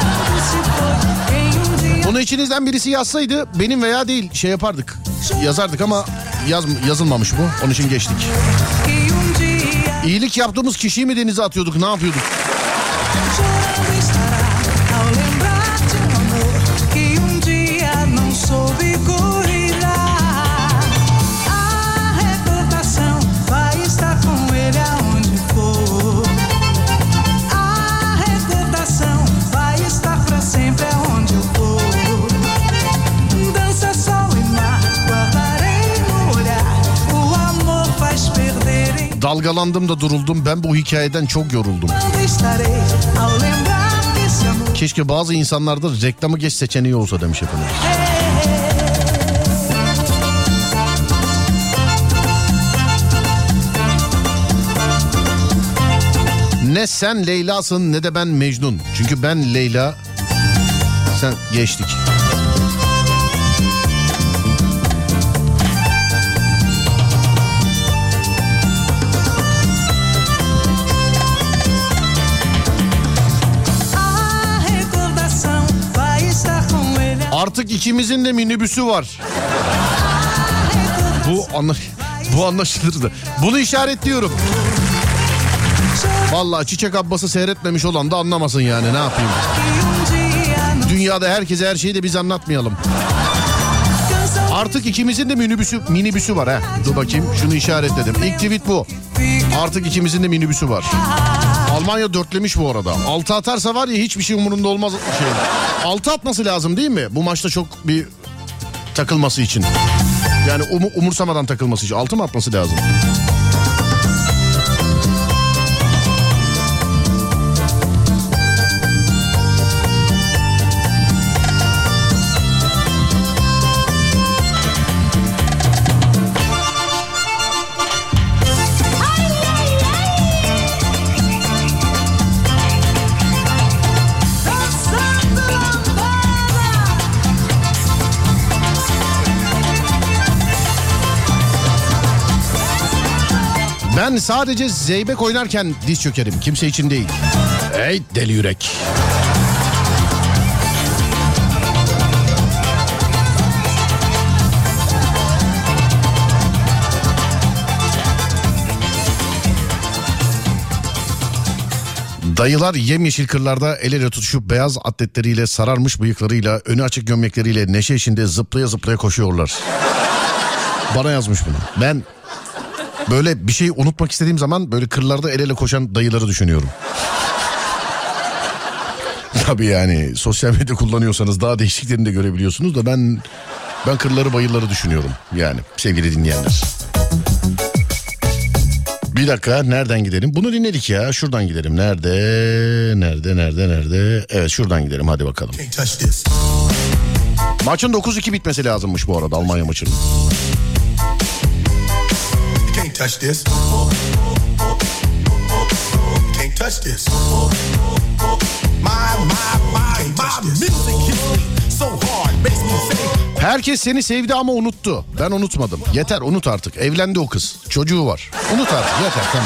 Bunu içinizden birisi yazsaydı benim veya değil şey yapardık. Yazardık ama yaz, yazılmamış bu. Onun için geçtik. İyilik yaptığımız kişiyi mi denize atıyorduk, ne yapıyorduk? Dalgalandım da duruldum, ben bu hikayeden çok yoruldum. Keşke bazı insanlarda reklamı geç seçeneği olsa demiş efendim. Ne sen Leyla'sın ne de ben Mecnun. Çünkü ben Leyla, sen geçtik. Artık ikimizin de minibüsü var. Bu anla bu anlaşılırdı. Bunu işaretliyorum. Vallahi Çiçek Abbas'ı seyretmemiş olan da anlamasın yani, ne yapayım. Dünyada herkese her şeyi de biz anlatmayalım. Artık ikimizin de minibüsü minibüsü var ha. Dur bakayım, şunu işaretledim. İlk tweet bu. Artık ikimizin de minibüsü var. Almanya dörtlemiş bu arada. Altı atarsa var ya, hiçbir şey umurunda olmaz. Şey. Altı atması lazım değil mi? Bu maçta çok bir takılması için. Yani um- umursamadan takılması için. Altı mı atması lazım? Ben sadece zeybek oynarken diz çökerim. Kimse için değil. Ey deli yürek. Dayılar yemyeşil kırlarda el ele tutuşup beyaz atletleriyle, sararmış bıyıklarıyla, önü açık gömlekleriyle neşe içinde zıplaya zıplaya koşuyorlar. Bana yazmış bunu. Ben böyle bir şey unutmak istediğim zaman böyle kırlarda el ele koşan dayıları düşünüyorum. Tabii yani sosyal medya kullanıyorsanız daha değişiklerini de görebiliyorsunuz da ben ben kırları bayırları düşünüyorum yani sevgili dinleyenler. Bir dakika, nereden gidelim? Bunu dinledik ya, şuradan gidelim. Nerede? Nerede? Nerede? Nerede? Evet, şuradan gidelim, hadi bakalım. Maçın dokuz iki bitmesi lazımmış bu arada, Almanya maçının. Can't touch this. Can't touch this. My my my my music hits me so hard, makes me say. Herkes seni sevdi ama unuttu. Ben unutmadım. Yeter, unut artık. Evlendi o kız. Çocuğu var. Unut artık, yeter, tamam.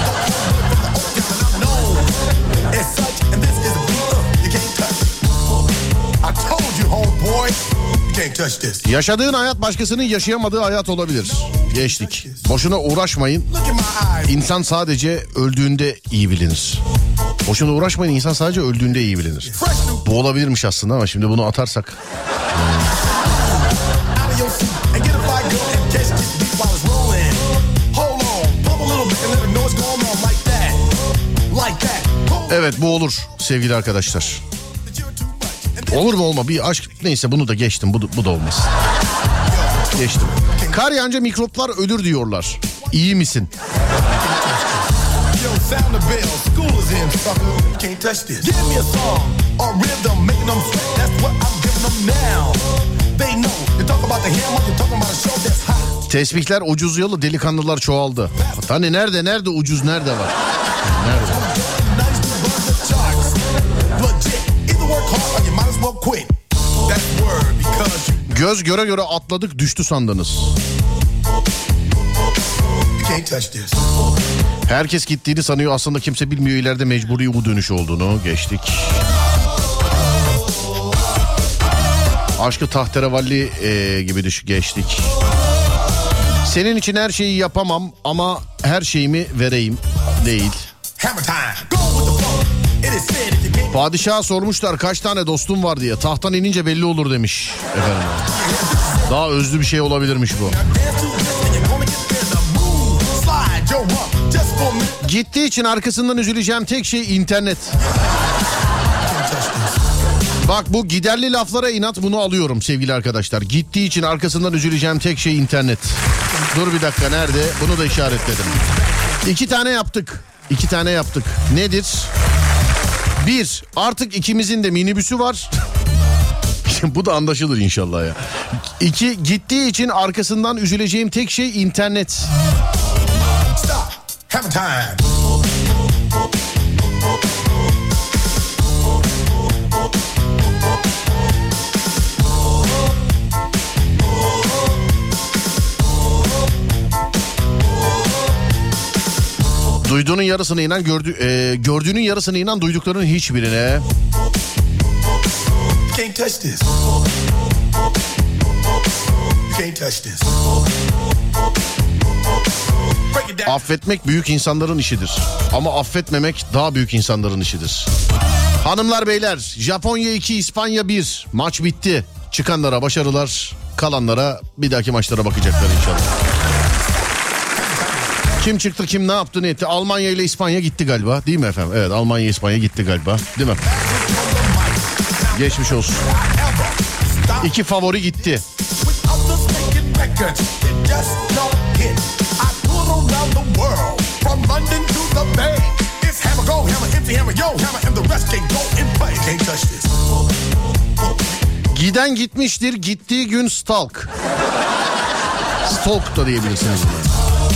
Yaşadığın hayat başkasının yaşayamadığı hayat olabilir. Geçtik. Boşuna uğraşmayın. İnsan sadece öldüğünde iyi bilinir. Boşuna uğraşmayın, insan sadece öldüğünde iyi bilinir. Bu olabilirmiş aslında ama şimdi bunu atarsak. Evet, bu olur sevgili arkadaşlar. Olur mu olma bir aşk, neyse bunu da geçtim, bu, bu da olmaz. Geçtim. Kar yağınca mikroplar ölür diyorlar. İyi misin? Tesbihler ucuz yolu, delikanlılar çoğaldı. Hani nerede nerede ucuz, nerede var? Nerede? Göz göre göre atladık, düştü sandınız. Herkes gittiğini sanıyor, aslında kimse bilmiyor ileride mecburi U dönüşü olduğunu. Geçtik. Aşkı tahterevalli e, gibi düş geçtik. Senin için her şeyi yapamam ama her şeyimi vereyim değil. Padişaha sormuşlar kaç tane dostum var diye. Tahttan inince belli olur demiş efendim. Daha özlü bir şey olabilirmiş bu. Gittiği için arkasından üzüleceğim tek şey internet. Bak, bu giderli laflara inat, bunu alıyorum sevgili arkadaşlar. Gittiği için arkasından üzüleceğim tek şey internet. Dur bir dakika, nerede? Bunu da işaretledim. İki tane yaptık. İki tane yaptık. Nedir? Bir, artık ikimizin de minibüsü var. Bu da anlaşılır inşallah ya. İki, gittiği için arkasından üzüleceğim tek şey internet. Duyduğunun yarısına inan, gördü, e, gördüğünün yarısına inan, duyduklarının hiçbirine. Affetmek büyük insanların işidir. Ama affetmemek daha büyük insanların işidir. Hanımlar beyler, Japonya iki, İspanya bir. Maç bitti. Çıkanlara başarılar, kalanlara bir dahaki maçlara bakacaklar inşallah. Kim çıktı, kim ne yaptı, ne etti? Almanya ile İspanya gitti galiba, değil mi efendim? Evet, Almanya İspanya gitti galiba, değil mi? Geçmiş olsun. İki favori gitti. Giden gitmiştir, gittiği gün stalk. Stalk da diyebilirsiniz buna.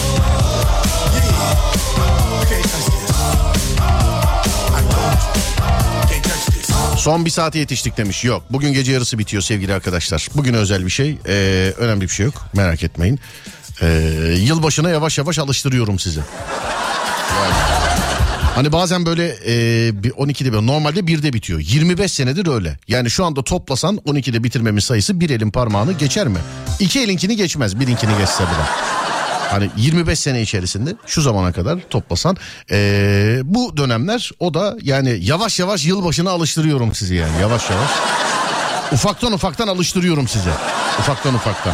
Son bir saate yetiştik demiş. Yok, bugün gece yarısı bitiyor sevgili arkadaşlar. Bugün özel bir şey, ee, önemli bir şey yok, merak etmeyin. Ee, yılbaşına yavaş yavaş alıştırıyorum sizi. Yani, hani bazen böyle e, on ikide bir, normalde birde bitiyor. yirmi beş senedir öyle. Yani şu anda toplasan on ikide bitirmemin sayısı bir elin parmağını geçer mi? İki elinkini geçmez, birinkini geçse bile. Hani yirmi beş sene içerisinde şu zamana kadar toplasan ee, bu dönemler, o da yani yavaş yavaş yılbaşına alıştırıyorum sizi yani, yavaş yavaş. Ufaktan ufaktan alıştırıyorum size. Ufaktan ufaktan.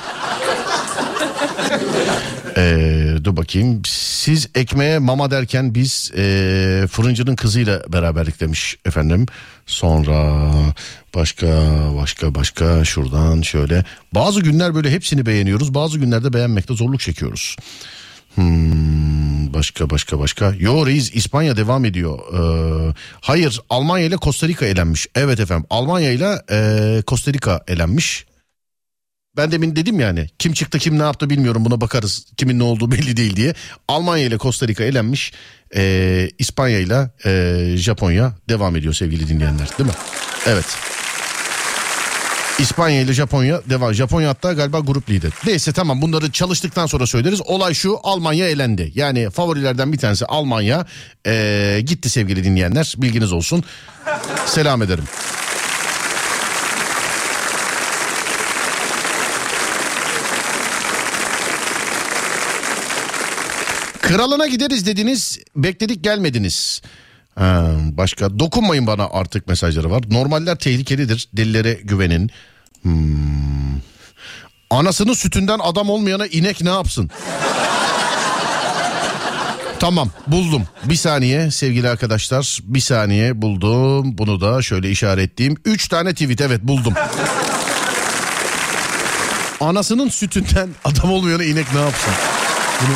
Ee, dur bakayım. Siz ekmeğe mama derken biz ee, fırıncının kızıyla beraberlik demiş efendim. Sonra başka başka başka şuradan şöyle. Bazı günler böyle hepsini beğeniyoruz. Bazı günlerde beğenmekte zorluk çekiyoruz. Hmm, başka başka başka. Yo reis, İspanya devam ediyor. Ee, hayır, Almanya ile Costa Rica elenmiş. Evet efendim, Almanya ile e, Costa Rica elenmiş. Ben demin dedim yani, kim çıktı kim ne yaptı bilmiyorum, buna bakarız, kimin ne olduğu belli değil diye. Almanya ile Costa Rica elenmiş. Ee, İspanya ile e, Japonya devam ediyor sevgili dinleyenler, değil mi? Evet. İspanya ile Japonya devam. Japonya hatta galiba grup lideri. Neyse tamam, bunları çalıştıktan sonra söyleriz. Olay şu: Almanya elendi. Yani favorilerden bir tanesi Almanya ee, gitti sevgili dinleyenler. Bilginiz olsun. Selam ederim. Kralına gideriz dediniz, bekledik gelmediniz. Ha, başka dokunmayın bana artık mesajları var. Normaller tehlikelidir, delilere güvenin. Hmm. Anasının sütünden adam olmayana inek ne yapsın? Tamam, buldum. Bir saniye sevgili arkadaşlar, bir saniye buldum. Bunu da şöyle işaretleyeyim. Üç tane tweet, evet buldum. Anasının sütünden adam olmayana inek ne yapsın? Bunu...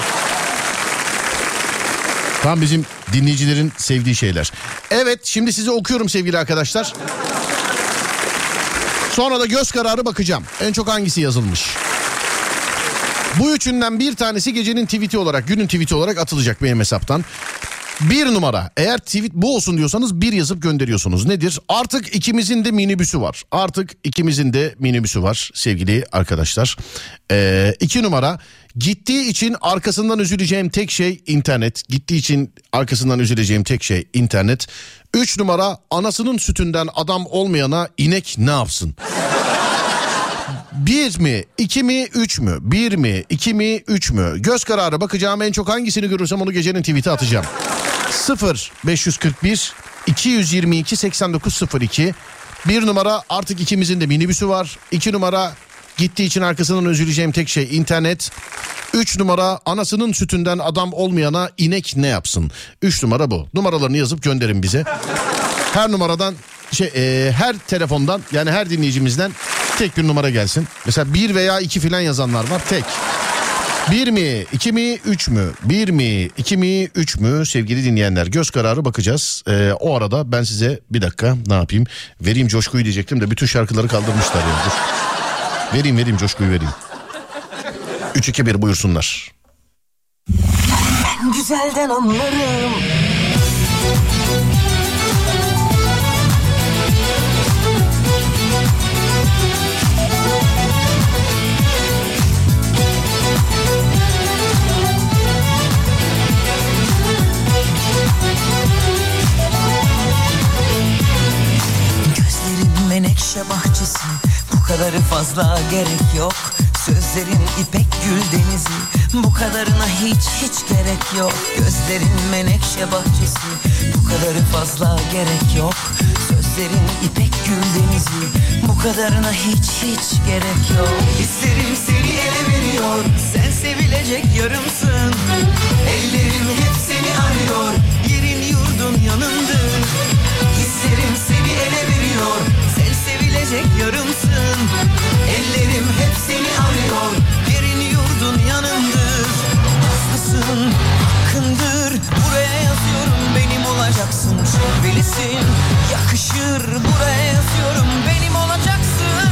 Tam bizim dinleyicilerin sevdiği şeyler. Evet, şimdi size okuyorum sevgili arkadaşlar. Sonra da göz kararı bakacağım. En çok hangisi yazılmış? Bu üçünden bir tanesi gecenin tweet'i olarak, günün tweet'i olarak atılacak benim hesaptan. Bir numara, eğer tweet bu olsun diyorsanız bir yazıp gönderiyorsunuz. Nedir? Artık ikimizin de minibüsü var. Artık ikimizin de minibüsü var sevgili arkadaşlar. Ee, iki numara, gittiği için arkasından üzüleceğim tek şey internet. Gittiği için arkasından üzüleceğim tek şey internet. Üç numara, anasının sütünden adam olmayana inek ne yapsın? Bir mi, iki mi, üç mü? Bir mi, iki mi, üç mü? Göz kararı bakacağım, en çok hangisini görürsem onu gecenin tweet'e atacağım. sıfır beş kırk bir iki yüz yirmi iki seksen dokuz sıfır iki. Bir numara, artık ikimizin de minibüsü var. İki numara, gittiği için arkasından üzüleceğim tek şey internet. Üç numara, anasının sütünden adam olmayana inek ne yapsın? Üç numara bu. Numaralarını yazıp gönderin bize. Her numaradan şey e, her telefondan, yani her dinleyicimizden tek bir numara gelsin. Mesela bir veya iki filan yazanlar var, tek. Bir mi, iki mi, üç mü? Bir mi, iki mi, üç mü? Sevgili dinleyenler, göz kararı bakacağız. Ee, o arada ben size bir dakika ne yapayım? Vereyim coşkuyu diyecektim de bütün şarkıları kaldırmışlar ya. Dur. Vereyim vereyim coşkuyu vereyim. üç iki bir buyursunlar. Ben güzelden anlarım. Gözlerin menekşe bahçesi, bu kadarı fazla gerek yok. Sözlerin ipek gül denizi, bu kadarına hiç hiç gerek yok. Gözlerin menekşe bahçesi, bu kadarı fazla gerek yok. Sözlerin ipek gül denizi, bu kadarına hiç hiç gerek yok. Hislerim seni ele veriyor, sen sevilecek yarımsın. Ellerim hep seni arıyor, yerin yurdun yanındır. Hislerim seni ele veriyor, sen sevilecek yarımsın. Ellerim hep seni arıyor, yerin yurdun yanındır. Hastasın, hakkındır, buraya yazıyorum benim olacaksın. Şöylelisin, yakışır, buraya yazıyorum benim olacaksın.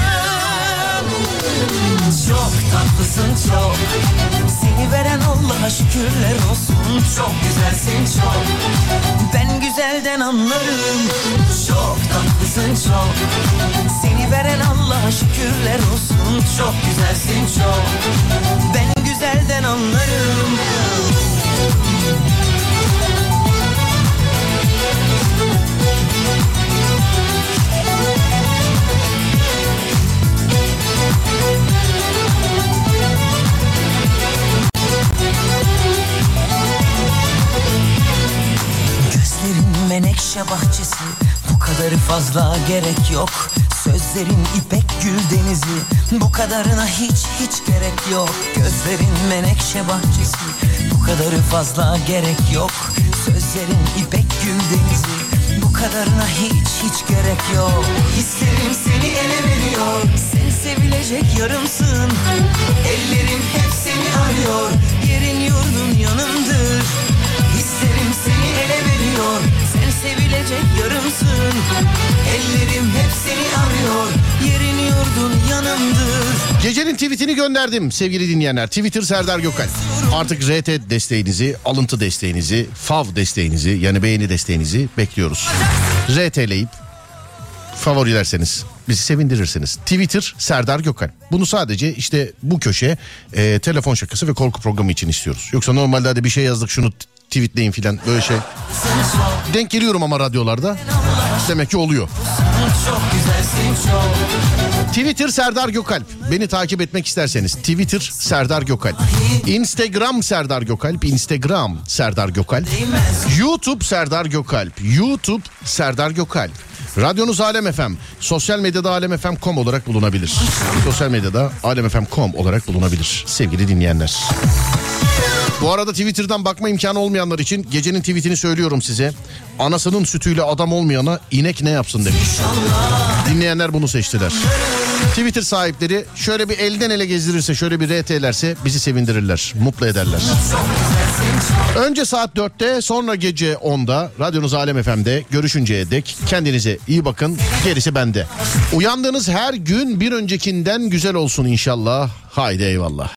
Çok tatlısın çok, seni veren Allah'a şükürler olsun. Çok güzelsin çok, ben güzelden anlarım. Çok tatlısın çok, seni veren Allah'a şükürler olsun. Çok güzelsin çok, ben güzelden anlarım. Gözlerin menekşe bahçesi, bu kadarı fazla gerek yok. Sözlerin ipek gül denizi, bu kadarına hiç hiç gerek yok. Gözlerin menekşe bahçesi, bu kadarı fazla gerek yok. Sözlerin ipek gül denizi, bu kadarına hiç hiç gerek yok. Hislerim seni ele veriyor, sen sevilecek yarımsın. Ellerim hep seni arıyor, yerin yurdun yanındır. yanıyor. Sen sevilecek yarımsın. Ellerim hep seni arıyor. Yerin yurdun yanımdır. Gecenin tweetini gönderdim sevgili dinleyenler. Twitter Serdar Gökalp. Artık R T desteğinizi, alıntı desteğinizi, fav desteğinizi, yani beğeni desteğinizi bekliyoruz. R T'leyip favorilerseniz, bizi sevindirirsiniz. Twitter Serdar Gökalp. Bunu sadece işte bu köşe e, telefon şakası ve korku programı için istiyoruz. Yoksa normalde hadi bir şey yazdık şunu tweetleyin filan böyle şey. Denk geliyorum ama radyolarda. Demek ki oluyor. Twitter Serdar Gökalp. Beni takip etmek isterseniz Twitter Serdar Gökalp. Instagram Serdar Gökalp. Instagram Serdar Gökalp. YouTube Serdar Gökalp. YouTube Serdar Gökalp. Radyonuz Alem F M. Sosyal medyada alemfm nokta com olarak bulunabilir. Sosyal medyada alemfm nokta com olarak bulunabilir sevgili dinleyenler. Bu arada Twitter'dan bakma imkanı olmayanlar için gecenin tweetini söylüyorum size. Anasının sütüyle adam olmayana inek ne yapsın demiş. Dinleyenler bunu seçtiler. Twitter sahipleri şöyle bir elden ele gezdirirse, şöyle bir R T'lerse bizi sevindirirler, mutlu ederler. Önce saat dörtte, sonra gece onda radyonuz Alem F M'de görüşünceye dek kendinize iyi bakın, gerisi bende. Uyandığınız her gün bir öncekinden güzel olsun inşallah. Haydi eyvallah.